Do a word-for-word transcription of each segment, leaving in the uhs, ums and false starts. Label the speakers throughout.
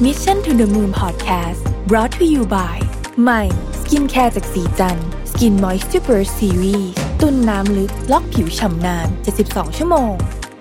Speaker 1: Mission to the Moon Podcast brought to you by ใหม่สกินแคร์จากสีจันทร์ Skin Moisture Burst Series ตุ้นน้ำลึกล็อกผิวฉ่ำนานเจ็ดสิบสองชั่วโมง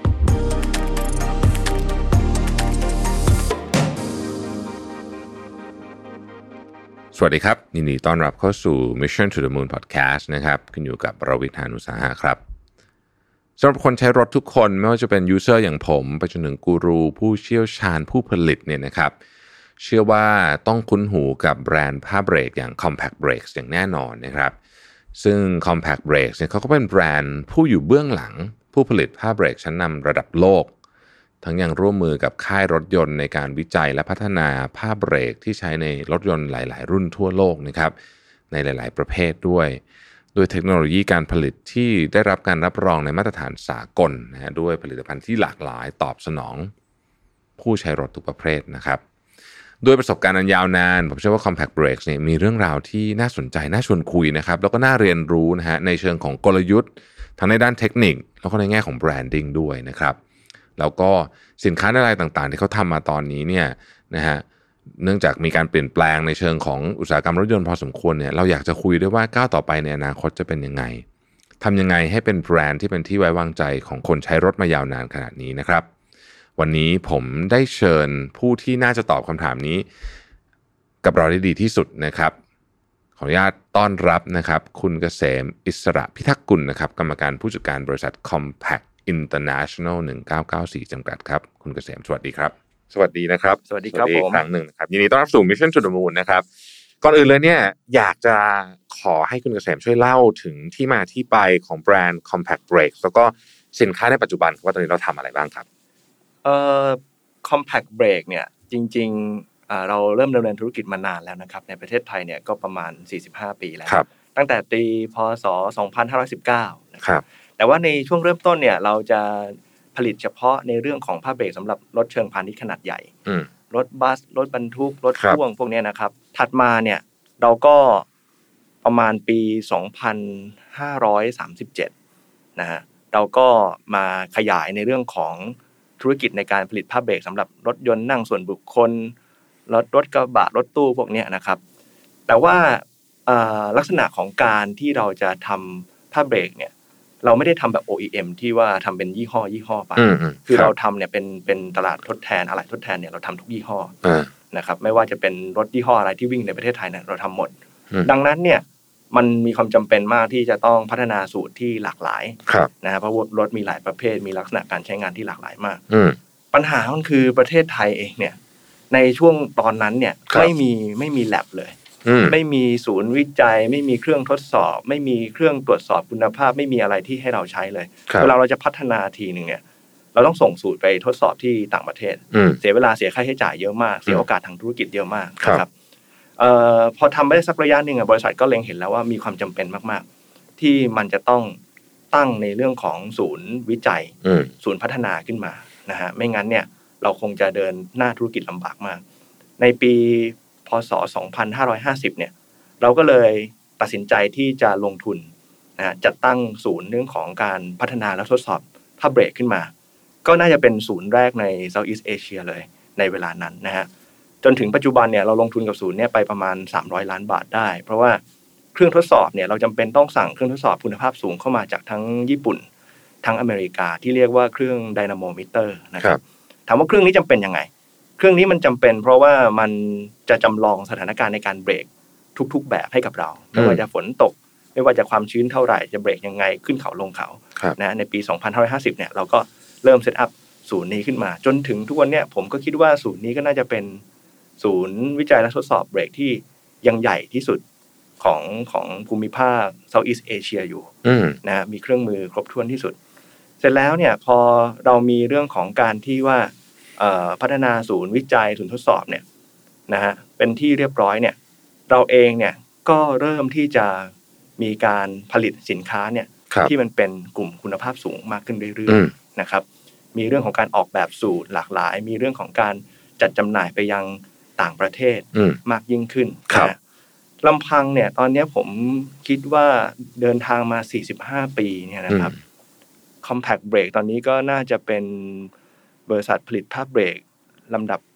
Speaker 2: สวัสดีครับยินดีต้อนรับเข้าสู่ Mission to the Moon Podcast นะครับคุณอยู่กับประวิทย์ หาญอุตสาหะครับสำหรับคนใช้รถทุกคนไม่ว่าจะเป็นยูเซอร์อย่างผมไปจนถึงกูรูผู้เชี่ยวชาญผู้ผลิตเนี่ยนะครับเชื่อว่าต้องคุ้นหูกับแบรนด์ผ้าเบรกอย่าง Compact Brakes อย่างแน่นอนนะครับซึ่ง Compact Brakes เนี่ยเขาก็เป็นแบรนด์ผู้อยู่เบื้องหลังผู้ผลิตผ้าเบรกชั้นนำระดับโลกทั้งยังร่วมมือกับค่ายรถยนต์ในการวิจัยและพัฒนาผ้าเบรกที่ใช้ในรถยนต์หลายๆรุ่นทั่วโลกนะครับในหลายๆประเภทด้วยด้วยเทคโนโลยีการผลิตที่ได้รับการรับรองในมาตรฐานสากลนะฮะด้วยผลิตภัณฑ์ที่หลากหลายตอบสนองผู้ใช้รถทุกประเภทนะครับด้วยประสบการณ์อันยาวนานผมเชื่อว่า Compact Brakes เนี่ยมีเรื่องราวที่น่าสนใจน่าชวนคุยนะครับแล้วก็น่าเรียนรู้นะฮะในเชิงของกลยุทธ์ทั้งในด้านเทคนิคแล้วก็ในแง่ของแบรนดิ้งด้วยนะครับแล้วก็สินค้าอะไรต่างๆที่เขาทำมาตอนนี้เนี่ยนะฮะเนื่องจากมีการเปลี่ยนแปลงในเชิงของอุตสาหกรรมรถยนต์พอสมควรเนี่ยเราอยากจะคุยด้วยว่าก้าวต่อไปในอนาคตจะเป็นยังไงทำยังไงให้เป็นแบรนด์ที่เป็นที่ไว้วางใจของคนใช้รถมายาวนานขนาดนี้นะครับวันนี้ผมได้เชิญผู้ที่น่าจะตอบคำถามนี้กับเราได้ดีที่สุดนะครับขออนุญาตต้อนรับนะครับคุณเกษมอิสระพิทักษ์กุลนะครับกรรมการผู้จัดการบริษัท Compact International หนึ่งเก้าเก้าสี่ จำกัดครับคุณเกษมสวัสดีครับสวัสดีนะครับ
Speaker 3: สวัสดีครับผม
Speaker 2: ครั้งหนึ่งนะครับยินดีต้อนรับสู่ Mission to the Moon นะครับก่อนอื่นเลยเนี่ยอยากจะขอให้คุณเกษมช่วยเล่าถึงที่มาที่ไปของแบรนด์ Compact Brakes แล้วก็สินค้าในปัจจุบันว่าตอนนี้เราทำอะไรบ้างครับ
Speaker 3: เอ่อ Compact Brake เนี่ยจริงๆอ่าเราเริ่มดำเนินธุรกิจมานานแล้วนะครับในประเทศไทยเนี่ยก็ประมาณสี่สิบห้าปีแล้วตั้งแต่ปีพ.ศ. สองพันห้าร้อยสิบเก้านะครับแต่ว่าในช่วงเริ่มต้นเนี่ยเราจะผลิตเฉพาะในเรื่องของผ้าเบรกสำหรับรถเชิงพาณิชย์ขนาดใหญ่รถบัสรถบรรทุกรถพ่วงพวกนี้นะครับถัดมาเนี่ยเราก็ประมาณปีสองพันห้าร้อยสามสิบเจ็ดนะฮะเราก็มาขยายในเรื่องของธุรกิจในการผลิตผ้าเบรกสำหรับรถยนต์นั่งส่วนบุคคลรถรถกระบะรถตู้พวกนี้นะครับแต่ว่าลักษณะของการที่เราจะทำผ้าเบรกเนี่ยเราไม่ได้ทำแบบ โอ อี เอ็ม ที่ว่าทำเป็นยี่ห้อยี่ห้อไปคือเราทำเนี่ยเป็นเป็นตลาดทดแทนอะไหล่ทดแทนเนี่ยเราทำทุกยี่ห้อนะครับไม่ว่าจะเป็นรถยี่ห้ออะไรที่วิ่งในประเทศไทยเนี่ยเราทำหมดดังนั้นเนี่ยมันมีความจำเป็นมากที่จะต้องพัฒนาสูตรที่หลากหลายนะเพราะรถมีหลายประเภทมีลักษณะการใช้งานที่หลากหลายมากปัญหามันคือประเทศไทยเองเนี่ยในช่วงตอนนั้นเนี่ยไม่มีไม่มีแลบเลยไม่มีศูนย์วิจัยไม่มีเครื่องทดสอบไม่มีเครื่องตรวจสอบคุณภาพไม่มีอะไรที่ให้เราใช้เลยเวลาเราจะพัฒนาทีนึงเนี่ยเราต้องส่งสูตรไปทดสอบที่ต่างประเทศเสียเวลาเสียค่าใช้จ่ายเยอะมากเสียโอกาสทางธุรกิจเยอะมากนะครับเอ่อพอทำไปได้สักระยะนึงอ่ะบริษัทก็เล็งเห็นแล้วว่ามีความจำเป็นมากๆที่มันจะต้องตั้งในเรื่องของศูนย์วิจัยศูนย์พัฒนาขึ้นมานะฮะไม่งั้นเนี่ยเราคงจะเดินหน้าธุรกิจลำบากมากในปีพ.ศ. สองพันห้าร้อยห้าสิบเนี่ยเราก็เลยตัดสินใจที่จะลงทุนนะฮะจัดตั้งศูนย์เรื่องของการพัฒนาและทดสอบผ้าเบรกขึ้นมาก็น่าจะเป็นศูนย์แรกใน Southeast Asia เลยในเวลานั้นนะฮะจนถึงปัจจุบันเนี่ยเราลงทุนกับศูนย์เนี่ยไปประมาณสามร้อยล้านบาทได้เพราะว่าเครื่องทดสอบเนี่ยเราจำเป็นต้องสั่งเครื่องทดสอบคุณภาพสูงเข้ามาจากทั้งญี่ปุ่นทั้งอเมริกาที่เรียกว่าเครื่องไดนาโมมิเตอร์นะครับถามว่าเครื่องนี้จำเป็นยังไงเครื่องนี้มันจำเป็นเพราะว่ามันจะจำลองสถานการณ์ในการเบรกทุกๆแบบให้กับเราไม่ว่าจะฝนตกไม่ว่าจะความชื้นเท่าไหร่จะเบรกยังไงขึ้นเขาลงเขานะในปีสองพันห้าร้อยห้าสิบเนี่ยเราก็เริ่มเซตอัพศูนย์นี้ขึ้นมาจนถึงทุกวันเนี้ยผมก็คิดว่าศูนย์นี้ก็น่าจะเป็นศูนย์วิจัยและทดสอบเบรกที่ยังใหญ่ที่สุดของของภูมิภาค Southeast Asia อยู่นะมีเครื่องมือครบถ้วนที่สุดเสร็จแล้วเนี่ยพอเรามีเรื่องของการที่ว่าพัฒนาศูนย์วิจัยศูนย์ทดสอบเนี่ยนะฮะเป็นที่เรียบร้อยเนี่ยเราเองเนี่ยก็เริ่มที่จะมีการผลิตสินค้าเนี่ยที่มันเป็นกลุ่มคุณภาพสูงมากขึ้นเรื่อยๆนะครับมีเรื่องของการออกแบบสูตรหลากหลายมีเรื่องของการจัดจำหน่ายไปยังต่างประเทศมากยิ่งขึ้นนะลำพังเนี่ยตอนนี้ผมคิดว่าเดินทางมาสี่สิบห้าปีเนี่ยนะครับ Compact Brake ตอนนี้ก็น่าจะเป็นบริษัทผลิตผ้าเบรกลำดับ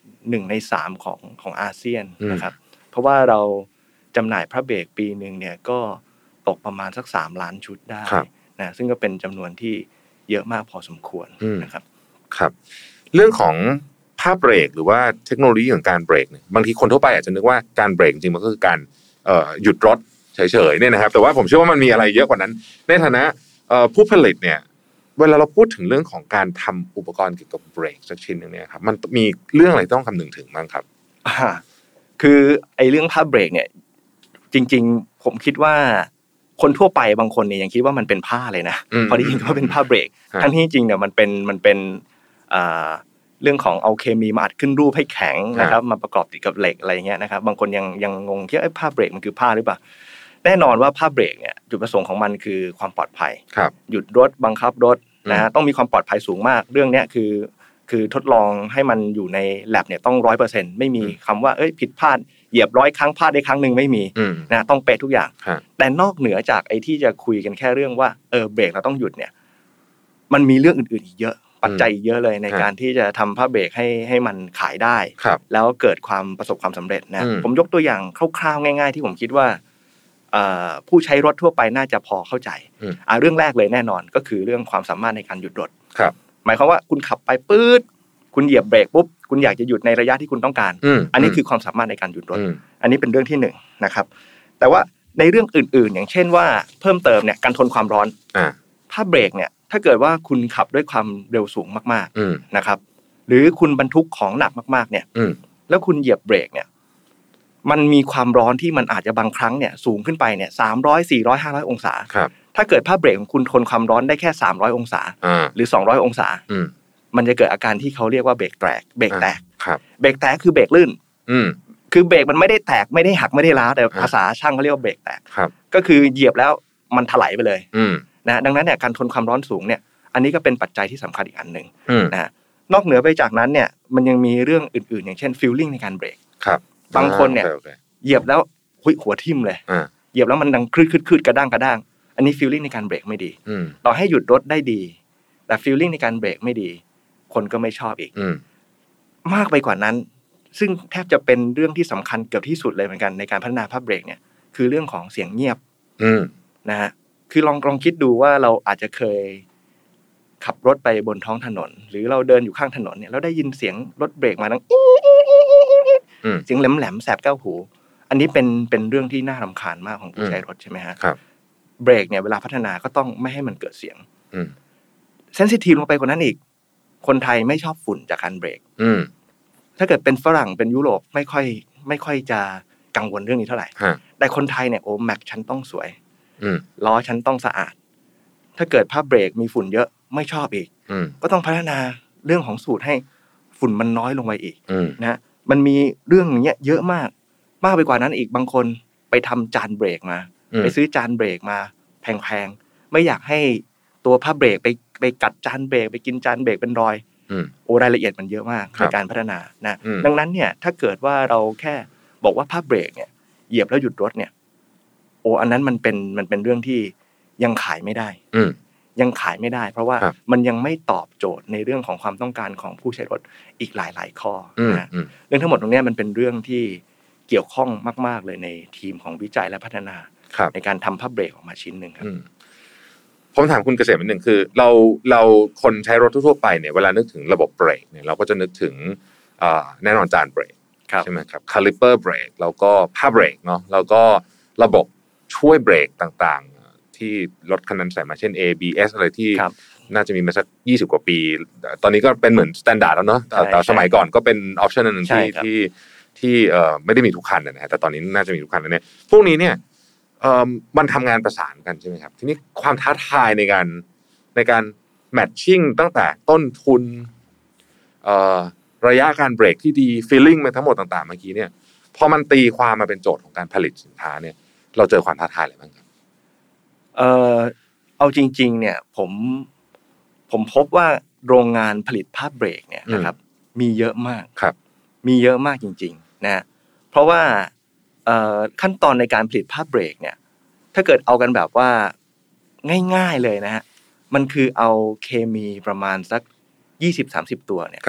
Speaker 3: หนึ่งในสามของของอาเซียนนะครับเพราะว่าเราจำหน่ายผ้าเบรกปีนึงเนี่ยก็ตกประมาณสักสามล้านชุดได้นะซึ่งก็เป็นจำนวนที่เยอะมากพอสมควรนะครับ
Speaker 2: ครับเรื่องของผ้าเบรกหรือว่าเทคโนโลยีของการเบรกเนี่ยบางทีคนทั่วไปอาจจะนึกว่าการเบรกจริงมันก็คือการเอ่อหยุดรถเฉยๆเนี่ยนะครับแต่ว่าผมเชื่อว่ามันมีอะไรเยอะกว่านั้นในฐานะเอ่อผู้ผลิตเนี่ยเวลาเราพูดถึงเรื่องของการทำอุปกรณ์เกี่ยวกับเบรกสักชิ้นนึงเนี่ยครับมันมีเรื่องอะไรต้องคำนึงถึงบ้างครับ
Speaker 3: อ่าคือไอ้เรื่องผ้าเบรกเนี่ยจริงๆผมคิดว่าคนทั่วไปบางคนเนี่ยยังคิดว่ามันเป็นผ้าเลยนะพอได้ยินว่าเป็นผ้าเบรกทั้งที่จริงเนี่ยมันเป็นมันเป็นอ่าเรื่องของเอาเคมีมาอัดขึ้นรูปให้แข็งนะครับมาประกอบติดกับเหล็กอะไรเงี้ยนะครับบางคนยังยังงงคิดว่าผ้าเบรกมันคือผ้าหรือเปล่าแน่นอนว่าผ้าเบรกเนี่ยจุดประสงค์ของมันคือความปลอดภัยหยุดรถบังคับรถนะฮะต้องมีความปลอดภัยสูงมากเรื่องนี้คือคือทดลองให้มันอยู่ใน lab เนี่ยต้อง ร้อยเปอร์เซ็นต์ ไม่มีคำว่าเอ้ยผิดพลาดเหยียบร้อยครั้งพลาดได้ครั้งนึงไม่มีนะต้องเป๊ะทุกอย่างแต่นอกเหนือจากไอ้ที่จะคุยกันแค่เรื่องว่าเออเบรกเราต้องหยุดเนี่ยมันมีเรื่องอื่นๆอีกเยอะปัจจัยเยอะเลยในการที่จะทำผ้าเบรกให้ให้มันขายได้แล้วเกิดความประสบความสำเร็จนะผมยกตัวอย่างคร่าวๆง่ายๆที่ผมคิดว่าผู้ใช้รถทั่วไปน่าจะพอเข้าใจอ่าเรื่องแรกเลยแน่นอนก็คือเรื่องความสามารถในการหยุดรถหมายความว่าคุณขับไปปื๊ดคุณเหยียบเบรกปุ๊บคุณอยากจะหยุดในระยะที่คุณต้องการอันนี้คือความสามารถในการหยุดรถอันนี้เป็นเรื่องที่หนึ่งนะครับแต่ว่าในเรื่องอื่นๆอย่างเช่นว่าเพิ่มเติมเนี่ยการทนความร้อนผ้าเบรกเนี่ยถ้าเกิดว่าคุณขับด้วยความเร็วสูงมากๆนะครับหรือคุณบรรทุกของหนักมากๆเนี่ยแล้วคุณเหยียบเบรกเนี่ยมันมีความร้อนที่มันอาจจะบางครั้งเนี่ยสูงขึ้นไปเนี่ยสามร้อย สี่ร้อย ห้าร้อยองศาถ้าเกิดผ้าเบรกของคุณทนความร้อนได้แค่สามร้อยองศาหรือสองร้อยองศามันจะเกิดอาการที่เขาเรียกว่าเบรกแตกเบรกแตกเบรกแตกคือเบรกลื่นคือเบรกมันไม่ได้แตกไม่ได้หักไม่ได้ล้าวแต่ภาษาช่างเขาเรียกว่าเบรกแตกก็คือเหยียบแล้วมันถลายไปเลยนะดังนั้นเนี่ยการทนความร้อนสูงเนี่ยอันนี้ก็เป็นปัจจัยที่สำคัญอีกอันนึงนะนอกเหนือไปจากนั้นเนี่ยมันยังมีเรื่องอื่นๆอย่างเช่นฟีลลิ่งในการเบรกบางคนเนี่ยเหยียบแล้วหัวทิ่มเลยเหยียบแล้วมันดังคลืดๆกระด้างกระด้างอันนี้ฟีลลิ่งในการเบรกไม่ดีต่อให้หยุดรถได้ดีแต่ฟีลลิ่งในการเบรกไม่ดีคนก็ไม่ชอบอีกมากไปกว่านั้นซึ่งแทบจะเป็นเรื่องที่สำคัญเกือบที่สุดเลยเหมือนกันในการพัฒนาผ้าเบรกเนี่ยคือเรื่องของเสียงเงียบนะฮะคือลองลองคิดดูว่าเราอาจจะเคยขับรถไปบนท้องถนนหรือเราเดินอยู่ข้างถนนเนี่ยเราได้ยินเสียงรถเบรกมาดังเสียงแหลมๆแสบแก้วหูอันนี้เป็นเป็นเรื่องที่น่ารำคาญมากของผู้ใช้รถใช่ไหมฮะเบรกเนี่ยเวลาพัฒนาก็ต้องไม่ให้มันเกิดเสียงเซนซิทีฟลงไปกว่านั้นอีกคนไทยไม่ชอบฝุ่นจากการเบรกถ้าเกิดเป็นฝรั่งเป็นยุโรปไม่ค่อยไม่ค่อยจะกังวลเรื่องนี้เท่าไหร่แต่คนไทยเนี่ยโอ้แม็กฉันต้องสวยล้อฉันต้องสะอาดถ้าเกิดผ้าเบรกมีฝุ่นเยอะไม่ชอบอีกก็ต้องพัฒนาเรื่องของสูตรให้ฝุ่นมันน้อยลงไปอีกนะมันมีเรื่องอย่างเงี้ยเยอะมากมากไปกว่านั้นอีกบางคนไปทำจานเบรกมาไปซื้อจานเบรกมาแพงๆไม่อยากให้ตัวผ้าเบรกไปไปกัดจานเบรกไปกินจานเบรกเป็นรอยโอ้รายละเอียดมันเยอะมากในการพัฒนานะดังนั้นเนี่ยถ้าเกิดว่าเราแค่บอกว่าผ้าเบรกเนี่ยเหยียบแล้วหยุดรถเนี่ยโอ้อันนั้นมันเป็นมันเป็นเรื่องที่ยังขายไม่ได้ยังขายไม่ได้เพราะว่ามันยังไม่ตอบโจทย์ในเรื่องของความต้องการของผู้ใช้รถอีกหลายๆข้อนะเรื่องทั้งหมดตรงนี้มันเป็นเรื่องที่เกี่ยวข้องมากๆเลยในทีมของวิจัยและพัฒนาในการทำผ้าเบรกออกมาชิ้นหนึ่งครับ
Speaker 2: ผมถามคุณเกษมนิดหนึ่งคือเราเราคนใช้รถทั่วไปเนี่ยเวลานึกถึงระบบเบรกเนี่ยเราก็จะนึกถึงแน่นอนจานเบรกใช่ไหมครับคาลิเปอร์เบรกแล้วก็ผ้าเบรกเนาะแล้วก็ระบบช่วยเบรกต่างๆที่รถคันนั้นใส่มาเช่น เอ บี เอส อะไรที่น่าจะมีมาสักยี่สิบกว่าปีตอนนี้ก็เป็นเหมือนสแตนดาร์ดแล้วเนาะแต่สมัยก่อนก็เป็นออปชั่นนึงที่ที่ที่เอ่อไม่ได้มีทุกคันนะฮะแต่ตอนนี้น่าจะมีทุกคันแล้วเนี่ยพวกนี้เนี่ยเอ่อมันทำงานประสานกันใช่ไหมครับทีนี้ความท้าทายในการในการแมทชิ่งตั้งแต่ต้นทุนเอ่อระยะการเบรกที่ดีฟีลลิ่งมันทั้งหมดต่างๆเมื่อกี้เนี่ยพอมันตีความมาเป็นโจทย์ของการผลิตสินค้าเนี่ยเราเจอความท้าทายอะไรบ้างครับ
Speaker 3: เอ่อเอาจริงๆเนี่ยผมผมพบว่าโรงงานผลิตผ้าเบรกเนี่ยนะครับมีเยอะมาก
Speaker 2: ครับ
Speaker 3: มีเยอะมากจริงๆนะเพราะว่าเอ่อขั้นตอนในการผลิตผ้าเบรกเนี่ยถ้าเกิดเอากันแบบว่าง่ายๆเลยนะฮะมันคือเอาเคมีประมาณสัก ยี่สิบถึงสามสิบ ตัวเนี่ย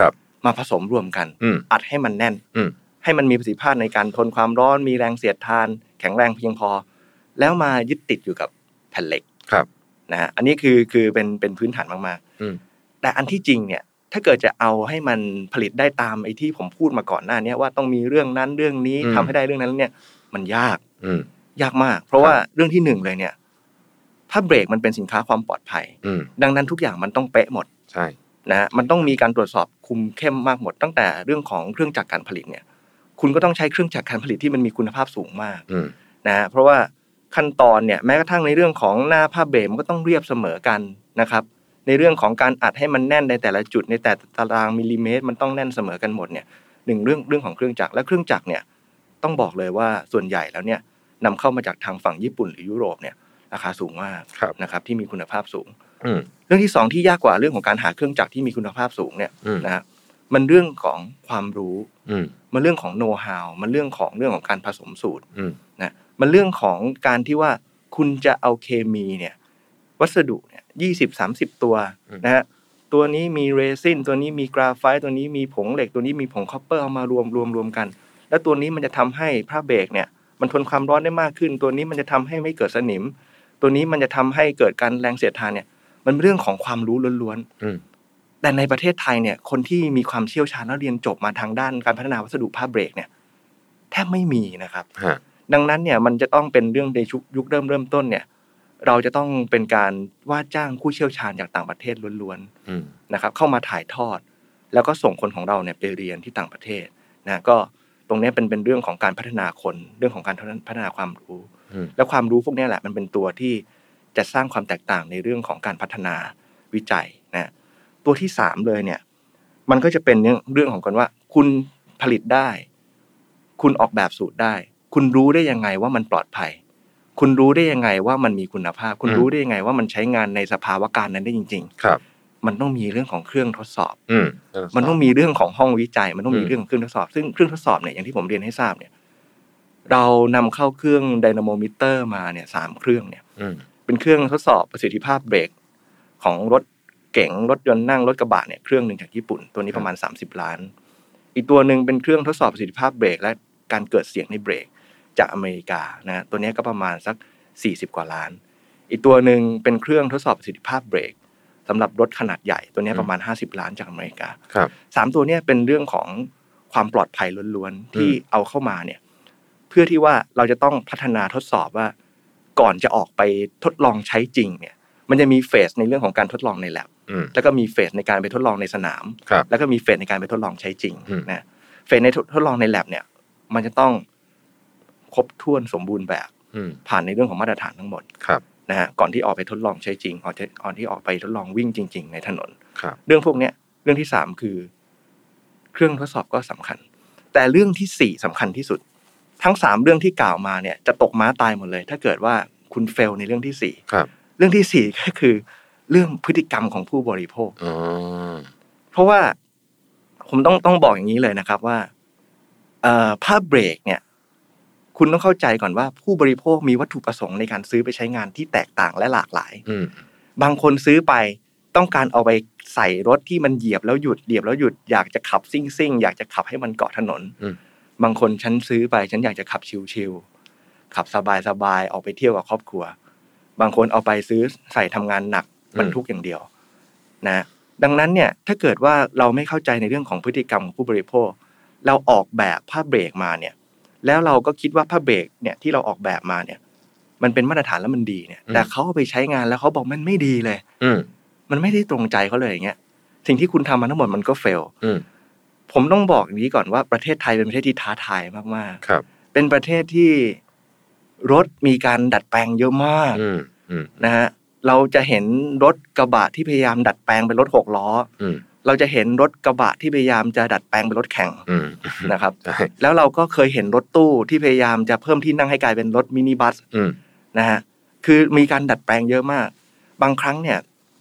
Speaker 3: มาผสมรวมกันอัดให้มันแน่นให้มันมีประสิทธิภาพในการทนความร้อนมีแรงเสียดทานแข็งแรงเพียงพอแล้วมายึดติดอยู่กับแผ่นเหล็กนะฮะอันนี้คือคือเป็นเป็นพื้นฐานมากๆแต่อันที่จริงเนี่ยถ้าเกิดจะเอาให้มันผลิตได้ตามไอ้ที่ผมพูดมาก่อนหน้านี้ว่าต้องมีเรื่องนั้นเรื่องนี้ทำให้ได้เรื่องนั้นเนี่ยมันยากยากมากเพราะว่าเรื่องที่หนึ่งเลยเนี่ยถ้าเบรกมันเป็นสินค้าความปลอดภัยดังนั้นทุกอย่างมันต้องเป๊ะหมด
Speaker 2: ใช่
Speaker 3: นะฮะมันต้องมีการตรวจสอบคุมเข้มมากหมดตั้งแต่เรื่องของเครื่องจักรการผลิตเนี่ยคุณก็ต้องใช้เครื่องจักรการผลิตที่มันมีคุณภาพสูงมากนะฮะเพราะว่าขั้นตอนเนี่ยแม้กระทั่งในเรื่องของหน้าผ้าเบรกมันก็ต้องเรียบเสมอกันนะครับในเรื่องของการอัดให้มันแน่นในแต่ละจุดในแต่ตารางมิลลิเมตรมันต้องแน่นเสมอกันหมดเนี่ยหนึ่งเรื่องเรื่องของเครื่องจักรและเครื่องจักรเนี่ยต้องบอกเลยว่าส่วนใหญ่แล้วเนี่ยนำเข้ามาจากทางฝั่งญี่ปุ่นหรือยุโรปเนี่ยราคาสูงมากนะครับที่มีคุณภาพสูงเรื่องที่สองที่ยากกว่าเรื่องของการหาเครื่องจักรที่มีคุณภาพสูงเนี่ยนะฮะมันเรื่องของความรู้มันเรื่องของโน้ตฮาวมันเรื่องของเรื่องของการผสมสูตรนะมันเรื่องของการที่ว่าคุณจะเอาเคมีเนี่ยวัสดุเนี่ยยี่สิบสามสิบตัวนะฮะตัวนี้มีเรซินตัวนี้มีกราไฟต์ตัวนี้มีผงเหล็กตัวนี้มีผงคอปเปอร์เอามารวมรวมรวมกันแล้วตัวนี้มันจะทำให้ผ้าเบรกเนี่ยมันทนความร้อนได้มากขึ้นตัวนี้มันจะทำให้ไม่เกิดสนิมตัวนี้มันจะทำให้เกิดการแรงเสียดทานเนี่ยมันเป็นเรื่องของความรู้ล้วนๆแต่ในประเทศไทยเนี่ยคนที่มีความเชี่ยวชาญและเรียนจบมาทางด้านการพัฒนาวัสดุผ้าเบรกเนี่ยแทบไม่มีนะครับดังนั้นเนี่ยมันจะต้องเป็นเรื่องในยุคเริ่มเริ่มต้นเนี่ยเราจะต้องเป็นการว่าจ้างผู้เชี่ยวชาญจากต่างประเทศล้วนๆนะครับเข้ามาถ่ายทอดแล้วก็ส่งคนของเราเนี่ยไปเรียนที่ต่างประเทศนะก็ตรงนี้เป็นเป็นเรื่องของการพัฒนาคนเรื่องของการพัฒนาความรู้และความรู้พวกนี้แหละมันเป็นตัวที่จะสร้างความแตกต่างในเรื่องของการพัฒนาวิจัยนะตัวที่สามเลยเนี่ยมันก็จะเป็นเรื่องของกันว่าคุณผลิตได้คุณออกแบบสูตรได้คุณรู้ได้ยังไงว่ามันปลอดภัยคุณรู้ได้ยังไงว่ามันมีคุณภาพคุณรู้ได้ยังไงว่ามันใช้งานในสภาวะการนั้นได้จริงๆครับมันต้องมีเรื่องของเครื่องทดสอบมันต้องมีเรื่องของห้องวิจัยมันต้องมีเรื่องของเครื่องทดสอบซึ่งเครื่องทดสอบเนี่ยอย่างที่ผมเรียนให้ทราบเนี่ยเรานำเข้าเครื่องไดนาโมมิเตอร์มาเนี่ยสามเครื่องเนี่ยเป็นเครื่องทดสอบประสิทธิภาพเบรกของรถเก๋งรถยนต์นั่งรถกระบะเนี่ยเครื่องนึงจากญี่ปุ่นตัวนี้ประมาณสามสิบล้านอีกตัวนึงเป็นเครื่องทดสอบประสิทธิภาพเบรกและการเกิดเสียงในเบรกจากอเมริกานะตัวนี้ก็ประมาณสักสี่สิบกว่าล้านอีกตัวนึงเป็นเครื่องทดสอบประสิทธิภาพเบรกสำหรับรถขนาดใหญ่ตัวนี้ประมาณห้าสิบล้านจากอเมริกาครับสามตัวนี้เป็นเรื่องของความปลอดภัยล้วนๆที่เอาเข้ามาเนี่ยเพื่อที่ว่าเราจะต้องพัฒนาทดสอบว่าก่อนจะออกไปทดลองใช้จริงเนี่ยมันจะมีเฟสในเรื่องของการทดลองในแลบแล้วก็มีเฟสในการไปทดลองในสนามแล้วก็มีเฟสในการไปทดลองใช้จริงนะเฟสในทดลองในแลบเนี่ยมันจะต้องครบถ้วนสมบูรณ์แบบผ่านในเรื่องของมาตรฐานทั้งหมดนะฮะก่อนที่ออกไปทดลองใช้จริงก่อนที่ก่อนที่ออกไปทดลองวิ่งจริงๆในถนนเรื่องพวกนี้เรื่องที่สามคือเครื่องทดสอบก็สำคัญแต่เรื่องที่สี่สำคัญที่สุดทั้งสามเรื่องที่กล่าวมาเนี่ยจะตกม้าตายหมดเลยถ้าเกิดว่าคุณเฟลในเรื่องที่สี่เรื่องที่สี่ก็คือเรื่องพฤติกรรมของผู้บริโภคเพราะว่าผมต้องต้องบอกอย่างนี้เลยนะครับว่าผ้าเบรกเนี่ยคุณต้องเข้าใจก่อนว่าผู้บริโภคมีวัตถุประสงค์ในการซื้อไปใช้งานที่แตกต่างและหลากหลายบางคนซื้อไปต้องการเอาไปใส่รถที่มันเหยียบแล้วหยุดเหยียบแล้วหยุดอยากจะขับซิ่งซิ่งอยากจะขับให้มันเกาะถนนบางคนฉันซื้อไปฉันอยากจะขับชิลๆขับสบายๆออกไปเที่ยวกับครอบครัวบางคนเอาไปซื้อใส่ทำงานหนักบรรทุกอย่างเดียวนะดังนั้นเนี่ยถ้าเกิดว่าเราไม่เข้าใจในเรื่องของพฤติกรรมของผู้บริโภคเราออกแบบผ้าเบรกมาเนี่ยแล้วเราก็คิดว่าผ้าเบรกเนี่ยที่เราออกแบบมาเนี่ยมันเป็นมาตรฐานแล้วมันดีเนี่ยแต่เขาเอาไปใช้งานแล้วเขาบอกมันไม่ดีเลยมันไม่ได้ตรงใจเขาเลยอย่างเงี้ยสิ่งที่คุณทำมาทั้งหมดมันก็เฟลผมต้องบอกอย่างนี้ก่อนว่าประเทศไทยเป็นประเทศที่ท้าทายมากๆเป็นประเทศที่รถมีการดัดแปลงเยอะมากนะฮะเราจะเห็นรถกระบะที่พยายามดัดแปลงเป็นรถหกล้อเราจะเห็นรถกระบะที่พยายามจะดัดแปลงเป็นรถแข่งนะครับแล้วเราก็เคยเห็นรถตู้ที่พยายามจะเพิ่มที่นั่งให้กลายเป็นรถมินิบัสนะฮะคือมีการดัดแปลงเยอะมากบางครั้งเนี่ย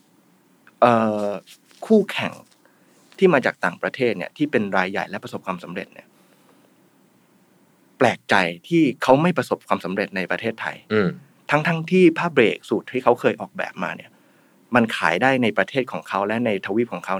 Speaker 3: คู่แข่งที่มาจากต่างประเทศเนี่ยที่เป็นรายใหญ่และประสบความสำเร็จเนี่ยแปลกใจที่เขาไม่ประสบความสำเร็จในประเทศไทยทั้งทั้งที่ผ้าเบรกสูตรที่เขาเคยออกแบบมาเนี่ยมันขายได้ในประเทศของเขาและในทวีปของเขาเนี่ย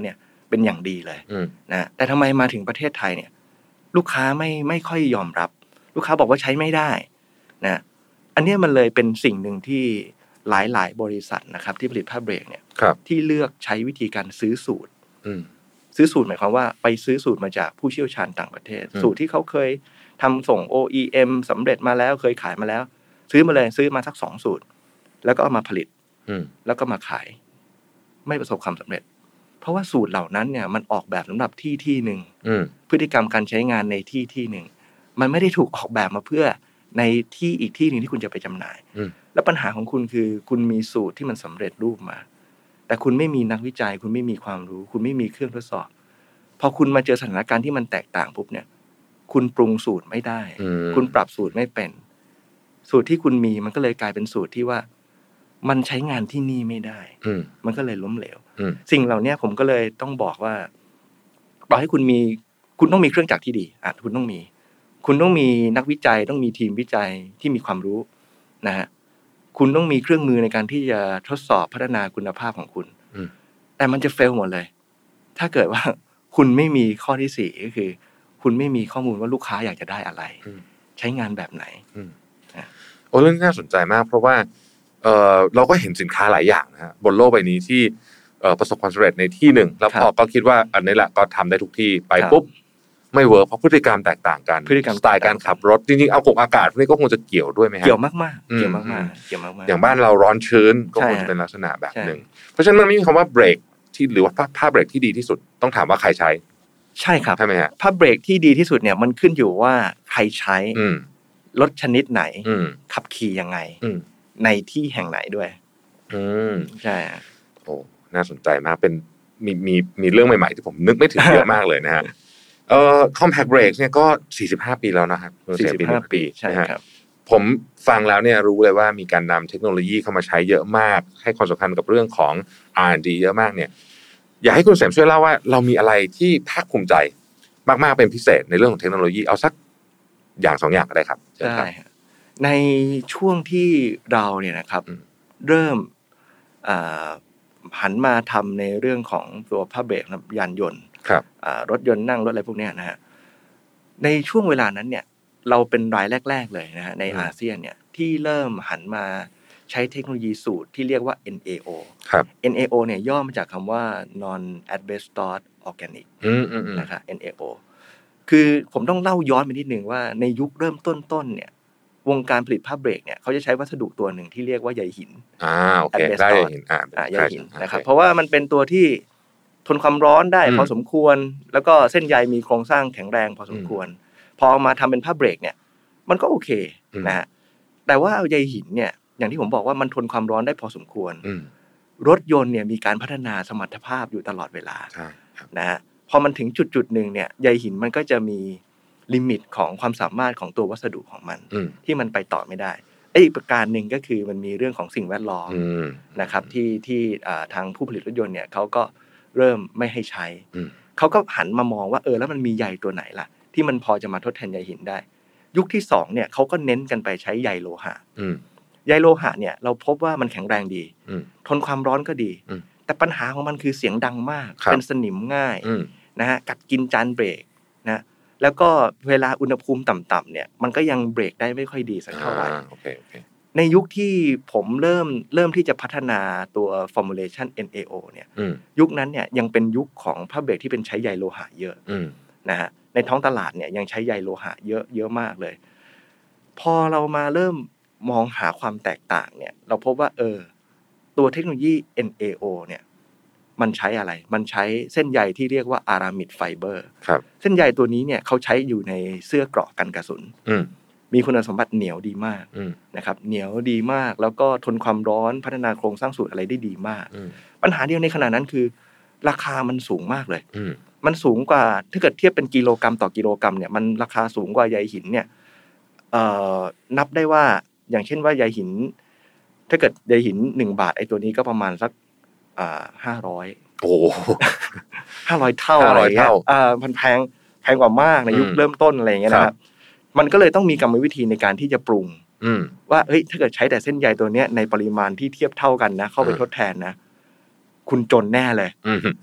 Speaker 3: เป็นอย่างดีเลยนะแต่ทำไมมาถึงประเทศไทยเนี่ยลูกค้าไม่ไม่ค่อยยอมรับลูกค้าบอกว่าใช้ไม่ได้นะอันนี้มันเลยเป็นสิ่งหนึ่งที่หลายๆบริษัทนะครับที่ผลิตผ้าเบรกเนี่ยที่เลือกใช้วิธีการซื้อสูตรซื้อสูตรหมายความว่าไปซื้อสูตรมาจากผู้เชี่ยวชาญต่างประเทศสูตรที่เขาเคยทำส่ง โอ อี เอ็ม สำเร็จมาแล้วเคยขายมาแล้วซื้อมาเลยซื้อมาสักสองสูตรแล้วก็เอามาผลิตแล้วก็มาขายไม่ประสบความสำเร็จเพราะว่าสูตรเหล่านั้นเนี่ยมันออกแบบสำหรับที่ที่หนึ่งพฤติกรรมการใช้งานในที่ที่หนึ่งมันไม่ได้ถูกออกแบบมาเพื่อในที่อีกที่หนึ่งที่คุณจะไปจำหน่ายแล้วปัญหาของคุณคือคุณมีสูตรที่มันสำเร็จรูปมาแต่คุณไม่มีนักวิจัยคุณไม่มีความรู้คุณไม่มีเครื่องทดสอบพอคุณมาเจอสถานการณ์ที่มันแตกต่างปุ๊บเนี่ยคุณปรุงสูตรไม่ได้คุณปรับสูตรไม่เป็นสูตรที่คุณมีมันก็เลยกลายเป็นสูตรที่ว่ามันใช้งานที่นี่ไม่ได้มันก็เลยล้มเหลวสิ่งเหล่านี้ผมก็เลยต้องบอกว่าต่อให้คุณมีคุณต้องมีเครื่องจักรที่ดีอ่ะคุณต้องมีคุณต้องมีนักวิจัยต้องมีทีมวิจัยที่มีความรู้นะฮะคุณต้องมีเครื่องมือในการที่จะทดสอบพัฒนาคุณภาพของคุณแต่มันจะเฟลหมดเลยถ้าเกิดว่าคุณไม่มีข้อที่สี่ก็คือคุณไม่มีข้อมูลว่าลูกค้าอยากจะได้อะไรใช้งานแบบไหน
Speaker 2: โอ้เรื่องน่าสนใจมากเพราะว่าเออเราก็เห็นสินค้าหลายอย่างนะฮะบนโลกใบนี้ที่เอ่อประสบความสำเร็จในที่หนึ่งแล้วพอก็คิดว่าอันนี้แหละก็ทำได้ทุกที่ไปปุ๊บไม่เวิร์คเพราะพฤติกรรมแตกต่างกัน
Speaker 3: พฤติกรรม
Speaker 2: สไตล์การขับรถจริงๆเอากงอากาศพวกนี้ก็คงจะเกี่ยวด้วยไหมฮะ
Speaker 3: เกี่ยวมากๆเกี่ยวมากๆเกี่ยวมากๆ
Speaker 2: อย่างบ้านเราร้อนชื้นก็คงจะเป็นลักษณะแบบนึงเพราะฉะนั้นมันไม่มีคำว่าเบรกที่หรือว่าผ้าเบรกที่ดีที่สุดต้องถามว่าใครใช้
Speaker 3: ใช่ครับ
Speaker 2: ใช่ไหมฮะ
Speaker 3: ผ้าเบรกที่ดีที่สุดเนี่ยมันขึ้นอยู่ว่าใครใช้รถชนิดไหนขับขี่ยังไงในที่แห่งไหนด้วย
Speaker 2: อืม
Speaker 3: ใช่
Speaker 2: โอ้น่าสนใจมากเป็นมีมีมีเรื่องใหม่ๆที่ผมนึกไม่ถึงเยอะมากเลยนะฮะเอ่อ compact brake เนี่ยก็สี่สิบห้าปีแล้วนะครับ
Speaker 3: สี่สิบห้าปีใช่ครับ
Speaker 2: ผมฟังแล้วเนี่ยรู้เลยว่ามีการนำเทคโนโลยีเข้ามาใช้เยอะมากให้ความสำคัญกับเรื่องของ อาร์ แอนด์ ดี เยอะมากเนี่ยอยากให้คุณเสมช่วยเล่าว่าเรามีอะไรที่ภาคภูมิใจมากๆเป็นพิเศษในเรื่องของเทคโนโลยีเอาสักอย่างสองอย่างก็ได้ครับ
Speaker 3: ใช่ในช่วงที่เราเนี่ยนะครับเริ่มหันมาทำในเรื่องของตัวผ้าเบรกยานยนต์รถยนต์นั่งรถอะไรพวกนี้นะฮะในช่วงเวลานั้นเนี่ยเราเป็นรายแรกๆเลยนะฮะในอาเซียนเนี่ยที่เริ่มหันมาใช้เทคโนโลยีสูตรที่เรียกว่า เอ็น เอ โอ
Speaker 2: ครับ
Speaker 3: เอ็น เอ โอ เนี่ยย่อมาจากคำว่า non asbestos organic นะครับ เอ็น เอ โอ คือผมต้องเล่าย้อนไปนิดนึงว่าในยุคเริ่มต้นๆเนี่ยวงการผลิตผ้าเบรกเนี่ยเขาจะใช้วัสดุตัวหนึ่งที่เรียกว่าใยหิน
Speaker 2: อ่าโอเคได้ใยหินอ่า
Speaker 3: ใยหินนะครับเพราะว่ามันเป็นตัวที่ทนความร้อนได้พอสมควรแล้วก็เส้นใยมีโครงสร้างแข็งแรงพอสมควรพอมาทำเป็นผ้าเบรกเนี่ยมันก็โอเคนะฮะแต่ว่าใยหินเนี่ยอย่างที่ผมบอกว่ามันทนความร้อนได้พอสมควรรถยนต์เนี่ยมีการพัฒนาสมรรถภาพอยู่ตลอดเวลานะฮะพอมันถึงจุดจุดหนึ่งเนี่ยใยหินมันก็จะมีลิมิตของความสามารถของตัววัสดุของมันที่มันไปต่อไม่ได้อีกประการหนึ่งก็คือมันมีเรื่องของสิ่งแวดล้อมนะครับที่ที่ทางผู้ผลิตรถยนต์เนี่ยเขาก็เริ่มไม่ให้ใช้เขาก็หันมามองว่าเออแล้วมันมีใยตัวไหนล่ะที่มันพอจะมาทดแทนใยหินได้ยุคที่สองเนี่ยเขาก็เน้นกันไปใช้ใยโลหะใยโลหะเนี่ยเราพบว่ามันแข็งแรงดีทนความร้อนก็ดีแต่ปัญหาของมันคือเสียงดังมากเป็นสนิมง่ายนะฮะกัดกินจานเบรกนะแล้วก็เวลาอุณหภูมิต่ำๆเนี่ยมันก็ยังเบรกได้ไม่ค่อยดีสักเท่าไหร่ในยุคที่ผมเริ่มเริ่มที่จะพัฒนาตัว formulation เอ็น เอ โอ เนี่ยยุคนั้นเนี่ยยังเป็นยุคของผ้าเบรกที่เป็นใช้ใยโลหะเยอะนะฮะในท้องตลาดเนี่ยยังใช้ใยโลหะเยอะเยอะมากเลยพอเรามาเริ่มมองหาความแตกต่างเนี่ยเราพบว่าเออตัวเทคโนโลยี เอ็น เอ โอ เนี่ยมันใช้อะไรมันใช้เส้นใยที่เรียกว่าอารามิดไฟเบอร์เส้นใยตัวนี้เนี่ยเขาใช้อยู่ในเสื้อเกราะกันกระสุนมีคุณสมบัติเหนียวดีมากนะครับเหนียวดีมากแล้วก็ทนความร้อนพัฒนาโครงสร้างสูตรอะไรได้ดีมากปัญหาเดียวในขณะนั้นคือราคามันสูงมากเลยมันสูงกว่าถ้าเกิดเทียบเป็นกิโลกรัมต่อกิโลกรัมเนี่ยมันราคาสูงกว่าใยหินเนี่ยเอ่อนับได้ว่าอย่างเช่นว่าใยหินถ้าเกิดใยหินหนึ่งบาทไอ้ตัวนี้ก็ประมาณสักอ่าห้าร้อย
Speaker 2: โอ้
Speaker 3: ห้าร้อยเท่าอะไรเงี้ยอ่ามันแพงแพงกว่ามากในยุคเริ่มต้นอะไรอย่างเงี้ยนะครับมันก็เลยต้องมีกรรมวิธีในการที่จะปรุงว่าเฮ้ยถ้าเกิดใช้แต่เส้นใยตัวเนี้ยในปริมาณที่เทียบเท่ากันนะเข้าไปทดแทนนะคุณจนแน่เลย